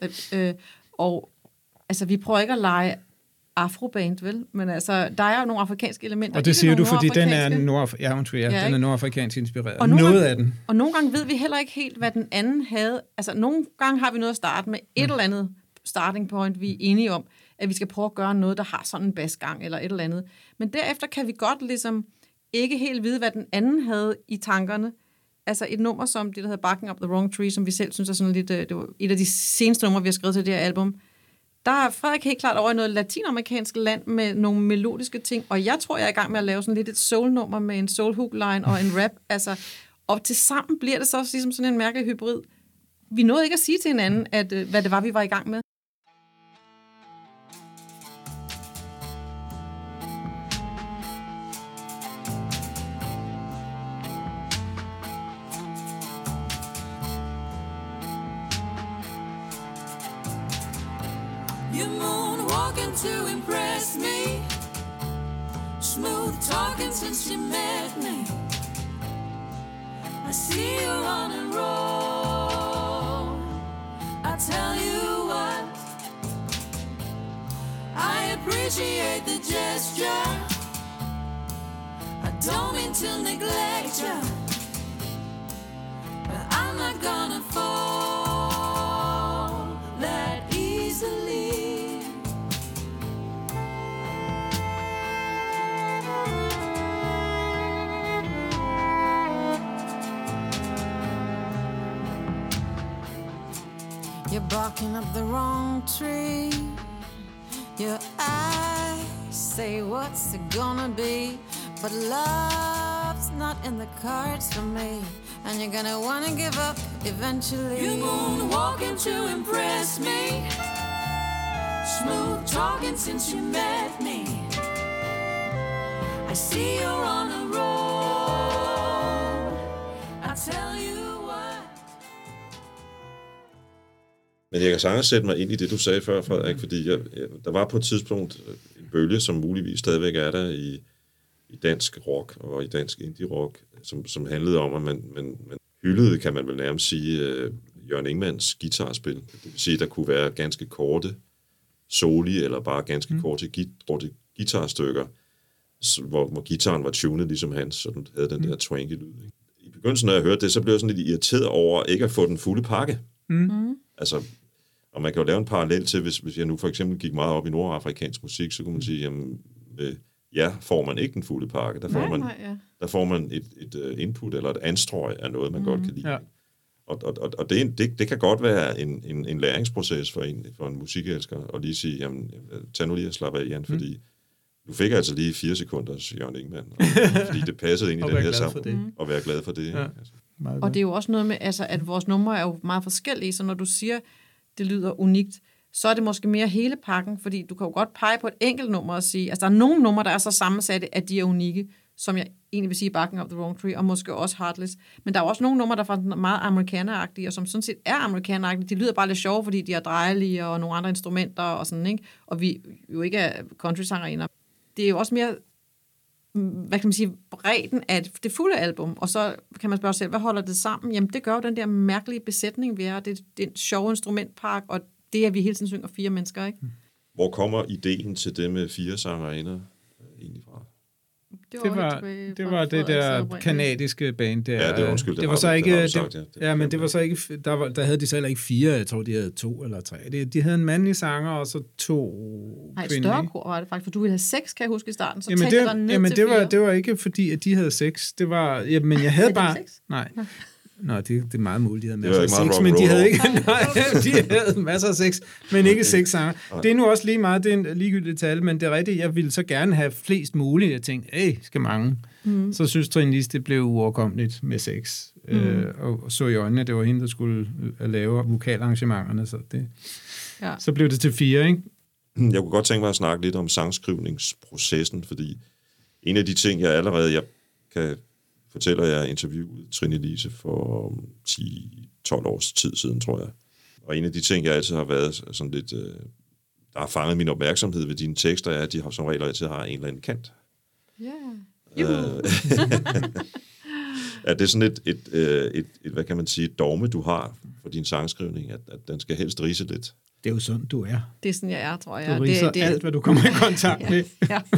og altså, vi prøver ikke at lege afroband, vel? Men altså, der er jo nogle afrikanske elementer. Og det siger du, fordi den er den er nordafrikansk inspireret. Og noget af den. Og nogle gange ved vi heller ikke helt, hvad den anden havde. Altså, nogle gange har vi noget at starte med. Et eller andet starting point, vi er enige om, at vi skal prøve at gøre noget, der har sådan en basgang eller et eller andet. Men derefter kan vi godt ligesom ikke helt vide, hvad den anden havde i tankerne. Altså et nummer som det, der hedder Barking Up the Wrong Tree, som vi selv synes er sådan lidt, det var et af de seneste numre, vi har skrevet til det her album. Der er Frederik helt klart over i noget latinamerikansk land med nogle melodiske ting, og jeg tror, jeg er i gang med at lave sådan lidt et soul-nummer med en soul-hook-line og en rap. Altså, og til sammen bliver det så ligesom sådan en mærkelig hybrid. Vi nåede ikke at sige til hinanden, at, hvad det var, vi var i gang med. You're moonwalking to impress me. Smooth talking since you met me. I see you're on a roll. I tell you what, I appreciate the gesture. I don't mean to neglect you, but I'm not gonna fall that easily. You're barking up the wrong tree. Your eyes say what's it gonna be, but love's not in the cards for me, and you're gonna wanna give up eventually. You're moonwalking to impress me. Smooth talking since you met me. I see you're on a roll. I tell you what. Men jeg kan sagtens sætte mig ind i det, du sagde før, Frederik, fordi der var på et tidspunkt en bølge, som muligvis stadigvæk er der i dansk rock og i dansk indie-rock, som handlede om, at man hyldede, kan man vel nærmest sige, Jørgen Ingmanns guitarspil. Det vil sige, at der kunne være ganske korte soli, eller bare ganske korte guitarstykker, hvor guitaren var tunet ligesom hans, så den havde den der twanky lyd. Ikke? I begyndelsen, når jeg hørte det, så blev jeg sådan lidt irriteret over ikke at få den fulde pakke. Altså, og man kan jo lave en parallel til, hvis jeg nu for eksempel gik meget op i nordafrikansk musik, så kunne man sige, jamen, får man ikke den fulde pakke. Der får man et input eller et anstrøg af noget, man godt kan lide. Ja. Og det kan godt være en læringsproces for en musikelsker, at lige sige, jamen, tag nu lige og slap af, Jan, fordi Du fik altså lige 4 sekunders Jørgen Ingmann, fordi det passede ind i Og den være her glad for sammen. det. Og være glad for det. Ja. Altså. Meget Og det godt. er jo også noget med, altså, at vores numre er jo meget forskellige, så når du siger, det lyder unikt, så er det måske mere hele pakken, fordi du kan jo godt pege på et enkelt nummer og sige, altså der er nogle numre, der er så sammensatte, at de er unikke, som jeg egentlig vil sige Barking Up the Wrong Tree, og måske også Heartless. Men der er også nogle numre, der er faktisk meget amerikaneragtige, og som sådan set er amerikaneragtige. De lyder bare lidt sjove, fordi de er drejelige og nogle andre instrumenter og sådan, ikke? Og vi jo ikke er country-sangerinder. Det er jo også mere, hvad kan man sige, bredden af det fulde album, og så kan man spørge sig selv, hvad holder det sammen? Jamen, det gør jo den der mærkelige besætning, vi er. Det er en sjov instrumentpark, og det er, at vi hele tiden synger 4 mennesker, ikke? Hvor kommer ideen til det med 4 sangerinder egentlig fra? Det var det der kanadiske band der. Ja, det var undskyld. Det var så ikke... men det var så ikke... Der havde de så heller ikke 4, jeg tror, de havde 2 eller 3. De havde en mandlig sanger, og så 2 Nej, kvindelige. større kor var det faktisk, for du ville have 6, kan jeg huske i starten, så talte jeg ned til 4. det var ikke fordi, at de havde 6. Det var... men jeg havde bare... 6? Nej. Nå, det er meget muligt, de havde Det var masser af ikke sex, meget men de havde rock ikke... Nej, de havde masser af sex, men ikke 6 sanger. Det er nu også lige meget, det er en ligegyldigt tal, men det er rigtigt, jeg ville så gerne have flest muligt. Jeg tænkte, skal mange. Så synes Trine Lise, det blev uoverkommeligt med 6. Og så i øjnene, det var hende, der skulle lave vokalarrangementerne, så det... Ja. Så blev det til 4, ikke? Jeg kunne godt tænke mig at snakke lidt om sangskrivningsprocessen, fordi en af de ting, jeg allerede kan fortælle, at jeg interviewede Trine Lise for 10-12 års tid siden, tror jeg. Og en af de ting, jeg altid har været sådan lidt, der har fanget min opmærksomhed ved dine tekster, er, at de som regel altid har en eller anden kant. Ja. Er det sådan et, hvad kan man sige, et dogme, du har for din sangskrivning, at den skal helst rise lidt? Det er jo sådan, du er. Det er sådan, jeg er, tror jeg. Du riser alt, hvad du kommer i kontakt med.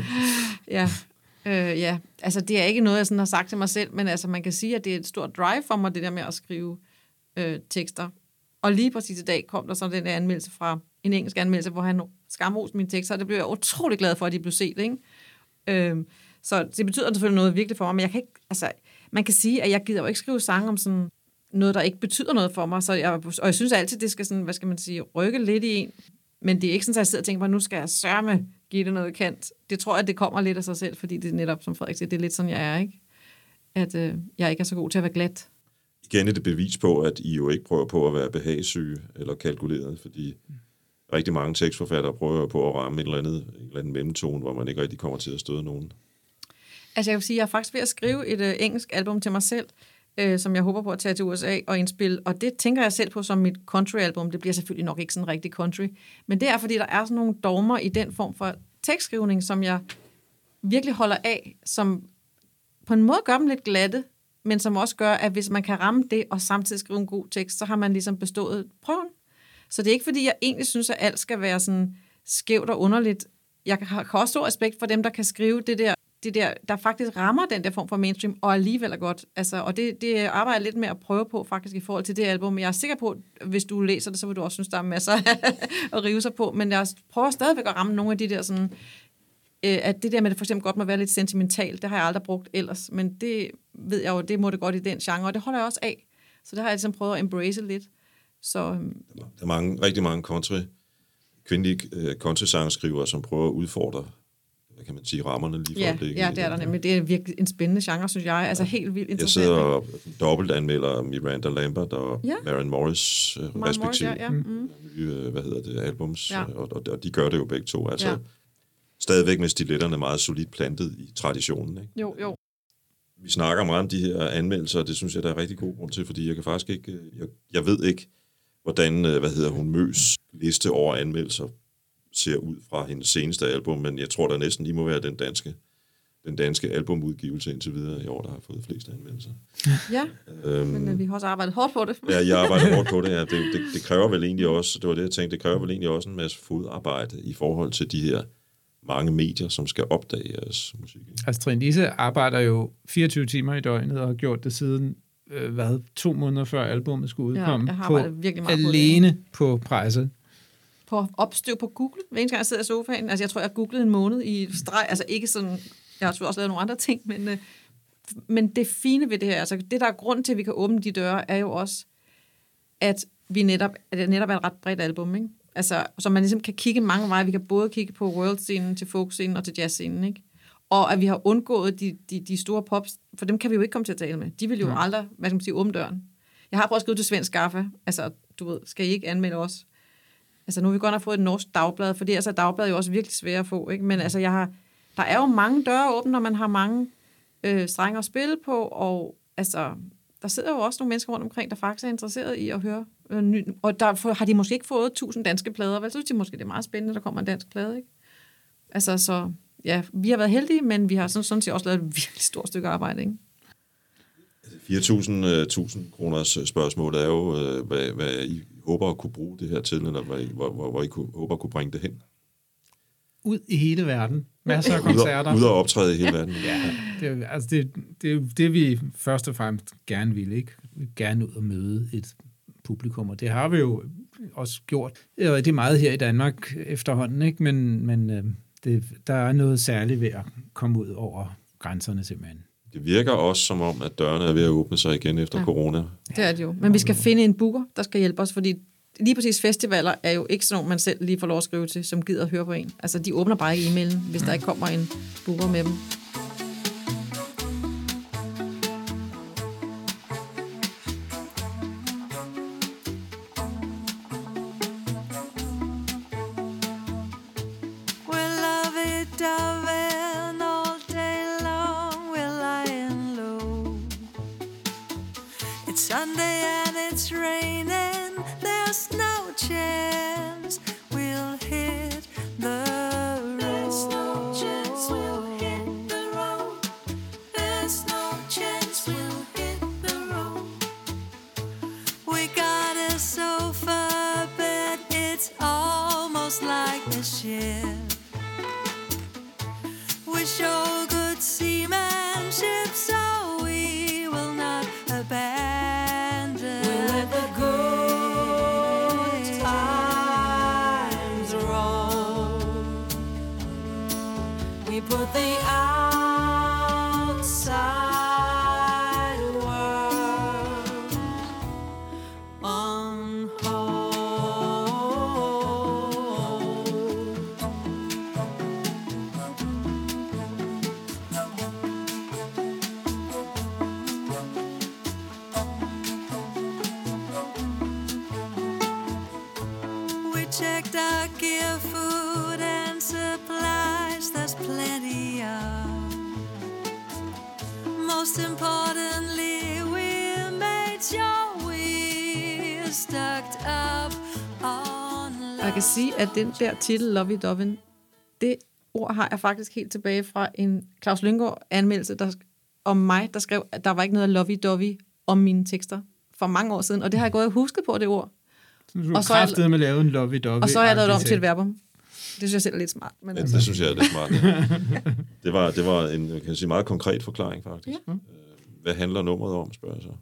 Ja, altså det er ikke noget, jeg sådan har sagt til mig selv, men altså man kan sige, at det er et stort drive for mig, det der med at skrive tekster. Og lige præcis i dag kom der så den der anmeldelse fra en engelsk anmeldelse, hvor han skamroste mine tekster, og det blev jeg utrolig glad for, at de blev set, ikke? Så det betyder selvfølgelig noget virkelig for mig, men jeg kan ikke, altså man kan sige, at jeg gider jo ikke skrive sange om sådan noget, der ikke betyder noget for mig, og jeg synes altid, det skal sådan, hvad skal man sige, rykke lidt i en, men det er ikke sådan, at jeg sidder og tænker på, at nu skal jeg sørme give det noget kant. Det tror jeg, det kommer lidt af sig selv, fordi det er netop, som Frederik siger, det er lidt sådan, jeg er, ikke? At jeg ikke er så god til at være glat. Igen er det bevis på, at I jo ikke prøver på at være behagssyge eller kalkuleret, fordi rigtig mange tekstforfattere prøver på at ramme en eller anden mellemtone, hvor man ikke rigtig kommer til at støde nogen. Altså jeg vil sige, jeg er faktisk ved at skrive et engelsk album til mig selv, som jeg håber på at tage til USA og indspille, og det tænker jeg selv på som mit country-album. Det bliver selvfølgelig nok ikke sådan rigtig country, men det er, fordi der er sådan nogle dogmer i den form for tekstskrivning, som jeg virkelig holder af, som på en måde gør dem lidt glatte, men som også gør, at hvis man kan ramme det og samtidig skrive en god tekst, så har man ligesom bestået prøven. Så det er ikke, fordi jeg egentlig synes, at alt skal være sådan skævt og underligt. Jeg har også stor respekt for dem, der kan skrive det der faktisk rammer den der form for mainstream, og alligevel er godt. Altså, og det arbejder jeg lidt med at prøve på, faktisk, i forhold til det album. Men jeg er sikker på, at hvis du læser det, så vil du også synes, der er masser at rive sig på. Men jeg prøver stadigvæk at ramme nogle af de der sådan, at det der med, det for eksempel godt må være lidt sentimentalt, det har jeg aldrig brugt ellers. Men det ved jeg jo, det må det godt i den genre, og det holder jeg også af. Så det har jeg ligesom prøvet at embrace lidt. Så, Der er rigtig mange kvindelige country-sangskrivere, som prøver at udfordre, hvad kan man sige, rammerne lige for øjeblikket. Ja, det er der nemlig. Det er virkelig en spændende genre, synes jeg. Altså helt vildt Jeg interessant. sidder og dobbeltanmelder Miranda Lambert og Maren Morris respektive nye, albums, og de gør det jo begge to. Altså stadigvæk med stiletterne meget solidt plantet i traditionen. Ikke? Jo. Vi snakker meget om de her anmeldelser, og det synes jeg, der er rigtig god grund til, fordi jeg kan faktisk ikke, jeg ved ikke, hvordan, hun Møs liste over anmeldelser ser ud fra hendes seneste album, men jeg tror, der næsten lige må være den danske albumudgivelse indtil videre i år, der har fået flest anmeldelser. Ja, men vi har også arbejdet hårdt på det. Ja, jeg arbejder hårdt på det. Ja. Det kræver vel egentlig også, det var det, jeg tænkte, det kræver vel egentlig også en masse fodarbejde i forhold til de her mange medier, som skal opdage jeres musik. Ikke? Altså, Trine Lise arbejder jo 24 timer i døgnet, og har gjort det siden, 2 måneder før albumet skulle udkomme, jeg har arbejdet virkelig meget alene på presse. På opstøv på Google, hver eneste gang jeg sidder i sofaen. Altså, jeg tror, jeg googlede en måned i streg. Altså, ikke sådan... Jeg har også lavet nogle andre ting, men det fine ved det her, altså det, der er grund til, at vi kan åbne de døre, er jo også, at det netop er et ret bredt album, ikke? Altså, så man ligesom kan kigge mange veje. Vi kan både kigge på world-scenen, til folk-scenen og til jazz-scenen, ikke? Og at vi har undgået de store pops, for dem kan vi jo ikke komme til at tale med. De vil jo aldrig, hvad skal man sige, åbne døren. Jeg har prøvet at skrive til Svensk Gaffa. Altså, du ved, skal I ikke anmelde os? Altså, nu har vi godt have fået et norsk dagblad, for det er altså dagblad jo også virkelig svært at få, ikke? Men altså, der er jo mange døre åbne, når man har mange strenge at spille på, og altså, der sidder jo også nogle mennesker rundt omkring, der faktisk er interesseret i at høre og der har de måske ikke fået 1000 danske plader, vel? Så synes de måske, det er meget spændende, der kommer en dansk plade, ikke? Altså, så ja, vi har været heldige, men vi har sådan set også lavet et virkelig stort stykke arbejde, ikke? 4.000 kroners spørgsmål er jo, hvad I håber at kunne bruge det her til, eller hvor I håber at kunne bringe det hen. Ud i hele verden. Masser af koncerter. Ud og optræde i hele verden. Ja, det er det, vi først og fremmest gerne vil, ikke? Vi vil gerne ud og møde et publikum, og det har vi jo også gjort. Det er meget her i Danmark efterhånden, ikke? Men der er noget særligt ved at komme ud over grænserne simpelthen. Det virker også som om, at dørene er ved at åbne sig igen efter corona. Det er det jo. Men vi skal finde en booker, der skal hjælpe os, fordi lige præcis festivaler er jo ikke sådan noget, man selv lige får lov at skrive til, som gider at høre på en. Altså, de åbner bare ikke e-mailen, hvis der ikke kommer en booker med dem. Jeg kan sige, at den der titel, Lovey-Dovey, det ord har jeg faktisk helt tilbage fra en Claus Lynggaard anmeldelse om mig, der skrev, at der var ikke noget lovey-dovey om mine tekster for mange år siden, og det har jeg gået og husket på, det ord. Og så har jeg lavet en lovey-dovey. Og så har jeg lavet det om til et verbum. Det synes jeg selv er lidt smart. Men ja, det synes jeg er lidt smart. Ja. Det var en, kan jeg sige, meget konkret forklaring, faktisk. Ja. Hvad handler nummeret om, spørger jeg så?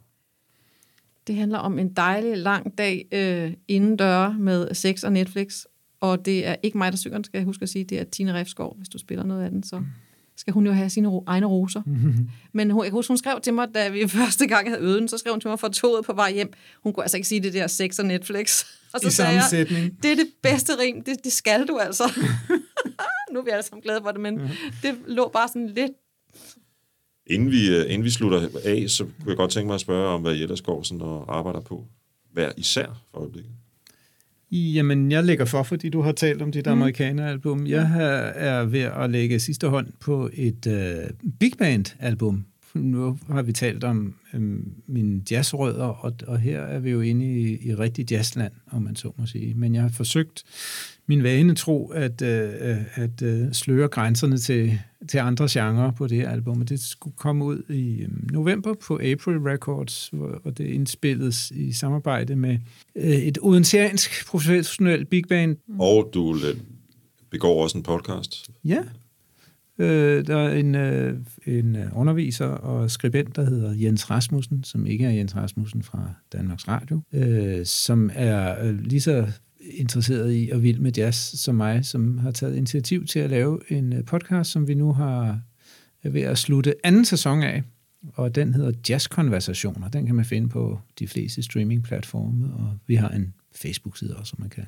Det handler om en dejlig, lang dag indendøre med sex og Netflix, og det er ikke mig, der synger, skal jeg huske at sige, det er Tine Refsgaard, hvis du spiller noget af den, så skal hun jo have sine egne roser. Men jeg husker, hun skrev til mig, da vi første gang havde øvet den, så skrev hun til mig fra toget på vej hjem. Hun kunne altså ikke sige det der sex og Netflix. Og så sagde jeg, det er det bedste rim, det skal du altså. Nu er vi alle sammen glade for det, men det lå bare sådan lidt. Inden vi slutter af, så kunne jeg godt tænke mig at spørge om, hvad I ellers går sådan og arbejder på hver især for øjeblikket. Jamen, jeg lægger for, fordi du har talt om dit amerikaner-album. Jeg er ved at lægge sidste hånd på et big band-album. Nu har vi talt om mine jazzrødder, og her er vi jo inde i rigtig jazzland, om man så må sige. Men jeg har forsøgt min vane tro at sløre grænserne til andre genrer på det her album. Det skulle komme ud i november på April Records, hvor det indspilles i samarbejde med et odenseansk professionelt big band. Og du begår også en podcast. Ja. Der er en underviser og skribent, der hedder Jens Rasmussen, som ikke er Jens Rasmussen fra Danmarks Radio, som er lige så interesseret i og vild med jazz som mig, som har taget initiativ til at lave en podcast, som vi nu er ved at slutte anden sæson af, og den hedder Jazzkonversationer. Den kan man finde på de fleste streamingplatforme, og vi har en Facebook-side også, som man kan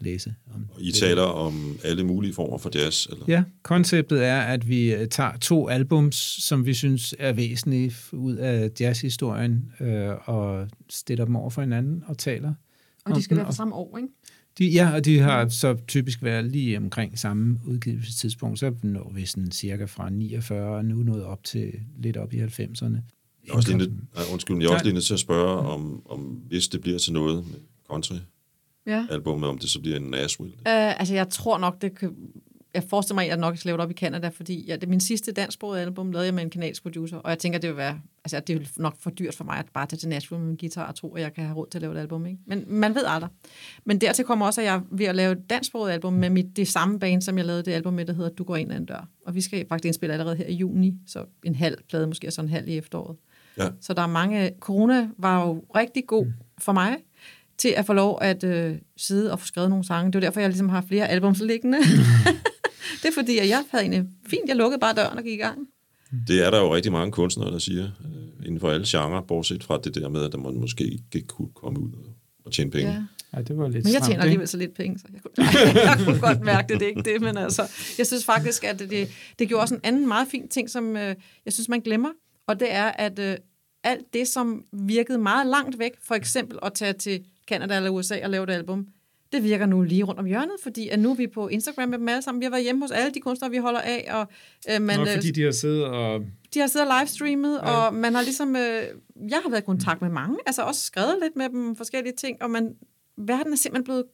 læse om. Og I taler om alle mulige former for jazz? Eller? Ja, konceptet er, at vi tager 2 albums, som vi synes er væsentlige ud af jazzhistorien, og stiller dem over for hinanden og taler. Og de skal være fra samme år, ikke? Og de har så typisk været lige omkring samme udgivelsestidspunkt, så når vi sådan cirka fra 49 og nu nået op til lidt op i 90'erne. Jeg er også lige nødt til at spørge, om hvis det bliver til noget med country-albumet, om det så bliver en Nashville. Altså, jeg tror nok, det kan... Jeg forestiller mig, at jeg nok skal lave det op i Canada, fordi det er min sidste dansksprogede album, lavede jeg med en kanadisk producer, og jeg tænker, det vil være... Altså, det er nok for dyrt for mig at bare tage til Nashville med min guitar og tro, at jeg kan have råd til at lave et album, ikke? Men man ved aldrig. Men dertil kommer også, at jeg er ved at lave et dansksproget album med det samme band, som jeg lavede det album med, der hedder Du går ind ad en dør. Og vi skal faktisk indspille allerede her i juni, så en halv plade, måske så en halv i efteråret. Ja. Så der er mange... Corona var jo rigtig god for mig til at få lov at sidde og få skrevet nogle sange. Det var derfor, jeg ligesom har flere albums liggende. Det er fordi, at jeg havde egentlig fint, jeg lukkede bare døren og gik i gang. Det er der jo rigtig mange kunstnere, der siger, inden for alle genrer, bortset fra det der med, at man måske ikke kunne komme ud og tjene penge. Ja. Ej, det var lidt men jeg tjener alligevel så lidt penge, så jeg kunne godt mærke det er ikke det, men altså, jeg synes faktisk, at det gjorde også en anden meget fin ting, som jeg synes, man glemmer, og det er, at alt det, som virkede meget langt væk, for eksempel at tage til Canada eller USA og lave et album, det virker nu lige rundt om hjørnet, fordi at nu er vi på Instagram med dem alle sammen. Vi har været hjemme hos alle de kunstnere, vi holder af. Og, fordi de har siddet og... De har siddet og livestreamet, og man har ligesom... jeg har været i kontakt med mange, altså også skrevet lidt med dem forskellige ting, og verden er simpelthen blevet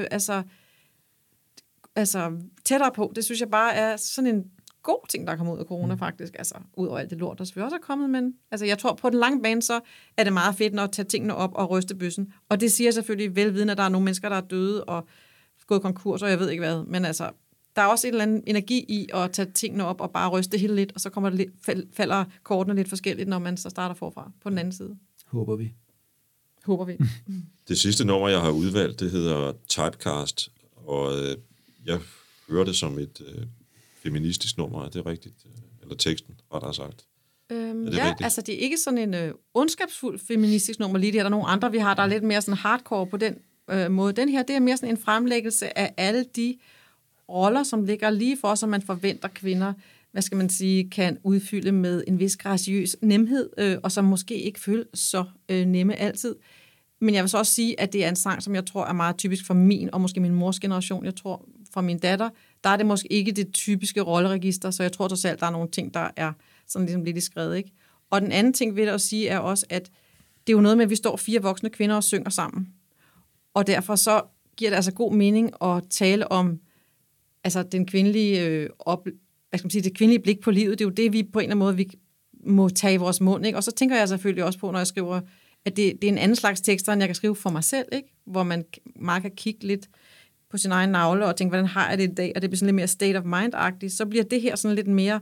altså tættere på. Det synes jeg bare er sådan en god ting, der kommer ud af corona faktisk. Altså, ud over alt det lort, der selvfølgelig også er kommet, men altså, jeg tror, på den lange bane, så er det meget fedt at tage tingene op og ryste bøssen. Og det siger selvfølgelig velvidende, at der er nogle mennesker, der er døde og gået konkurs, og jeg ved ikke hvad. Men altså, der er også en eller anden energi i at tage tingene op og bare ryste det hele lidt, og så kommer det falder kortene lidt forskelligt, når man så starter forfra på den anden side. Håber vi. Det sidste nummer, jeg har udvalgt, det hedder Typecast, og jeg hører det som et... feministisk nummer, er det rigtigt? Eller teksten, rettere sagt. Rigtigt? Altså det er ikke sådan en ondskabsfuld feministisk nummer lige. Det er der nogle andre, vi har, der er lidt mere sådan hardcore på den måde. Den her, det er mere sådan en fremlæggelse af alle de roller, som ligger lige for, som man forventer kvinder, hvad skal man sige, kan udfylde med en vis graciøs nemhed, og som måske ikke føles så nemme altid. Men jeg vil så også sige, at det er en sang, som jeg tror er meget typisk for min, og måske min mors generation. Jeg tror, for min datter, der er det måske ikke det typiske rolleregister, så jeg tror trods alt, der er nogle ting, der er sådan ligesom lidt skrevet, ikke? Og den anden ting, vil jeg også sige, er også, at det er jo noget med, at vi står 4 voksne kvinder og synger sammen. Og derfor så giver det altså god mening at tale om altså den kvindelige det kvindelige blik på livet. Det er jo det, vi på en eller anden måde vi må tage i vores mund, ikke? Og så tænker jeg selvfølgelig også på, når jeg skriver, at det er en anden slags tekster, end jeg kan skrive for mig selv, ikke? Hvor man meget kan kigge lidt på sin egen navle og tænke, hvordan har jeg det i dag? Og det bliver sådan lidt mere state of mind-agtigt. Så bliver det her sådan lidt mere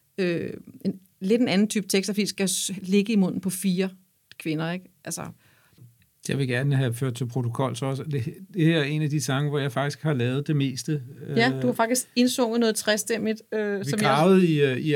en anden type tekster, fordi det skal ligge i munden på 4 kvinder, ikke? Altså... Jeg vil gerne have ført til protokol, så også. Det her er en af de sange, hvor jeg faktisk har lavet det meste. Ja, du har faktisk indsunget noget træstemmigt. Vi gravede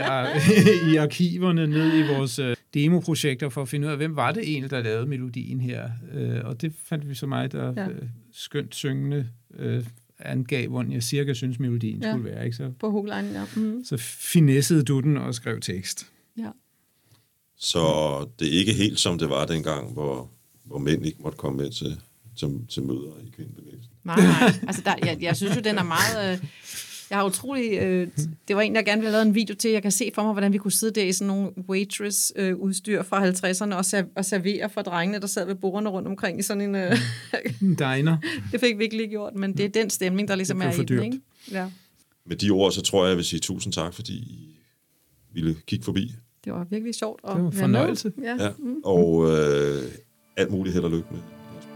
i arkiverne ned i vores demoprojekter for at finde ud af, hvem var det egentlig, der lavede melodien her. Og det fandt vi så meget, der skønt syngende angav, hvordan jeg cirka synes, melodien skulle være. Ikke? Så, på hookline, ja. Mm-hmm. Så finessede du den og skrev tekst. Ja. Så det er ikke helt som det var dengang, hvor mænd ikke måtte komme med til møder i kvindebevægelsen. Nej. Altså jeg synes jo, den er meget... jeg har utrolig... det var en, der gerne ville have lavet en video til. Jeg kan se for mig, hvordan vi kunne sidde der i sådan nogle waitress-udstyr fra 50'erne og servere for drengene, der sad ved bordene rundt omkring i sådan en... diner. Det fik vi ikke lige gjort, men det er den stemning, der ligesom er i den, ikke? Ja. Med de ord, så tror jeg vil sige tusind tak, fordi I ville kigge forbi. Det var virkelig sjovt at være med. Det var en fornøjelse. Ja. Og alt muligt held og lykke med.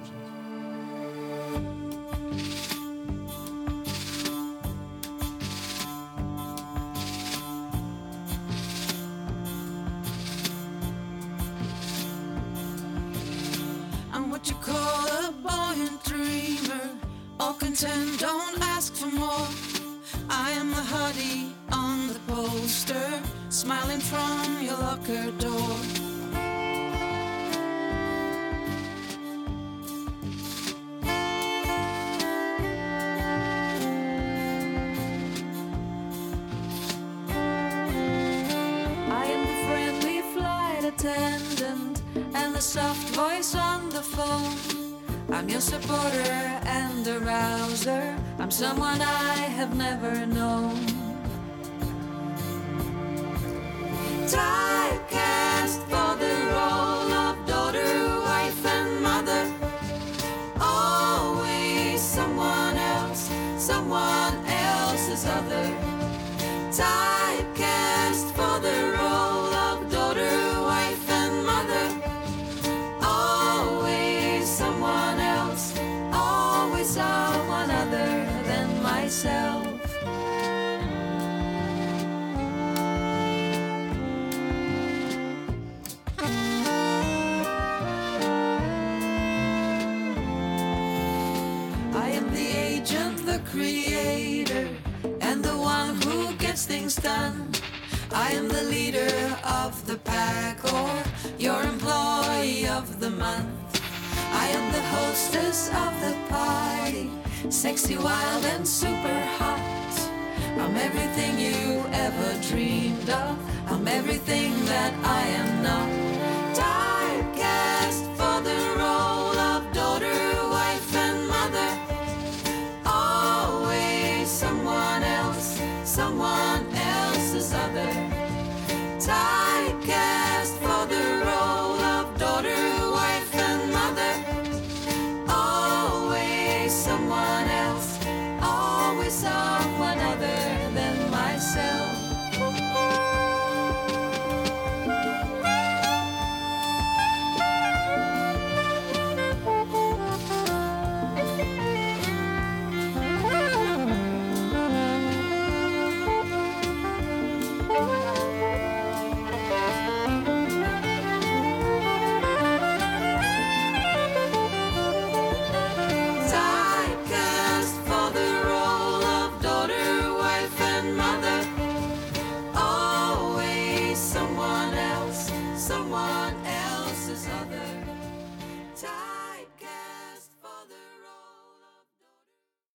I'm what you call a buoyant dreamer, all content, don't ask for more. I am the hottie on the poster, smiling from your locker door. attendant and the soft voice on the phone. I'm your supporter and arouser. I'm someone I have never known. Typecast for the role of daughter, wife and mother. Always someone else's other. Typecast for the role of daughter, wife and mother. Always someone other than myself. I am the agent, the creator, and the one who gets things done. I am the leader of the pack or your employee of the month. I am the hostess of the party, sexy, wild, and super hot. I'm everything you ever dreamed of. I'm everything that I am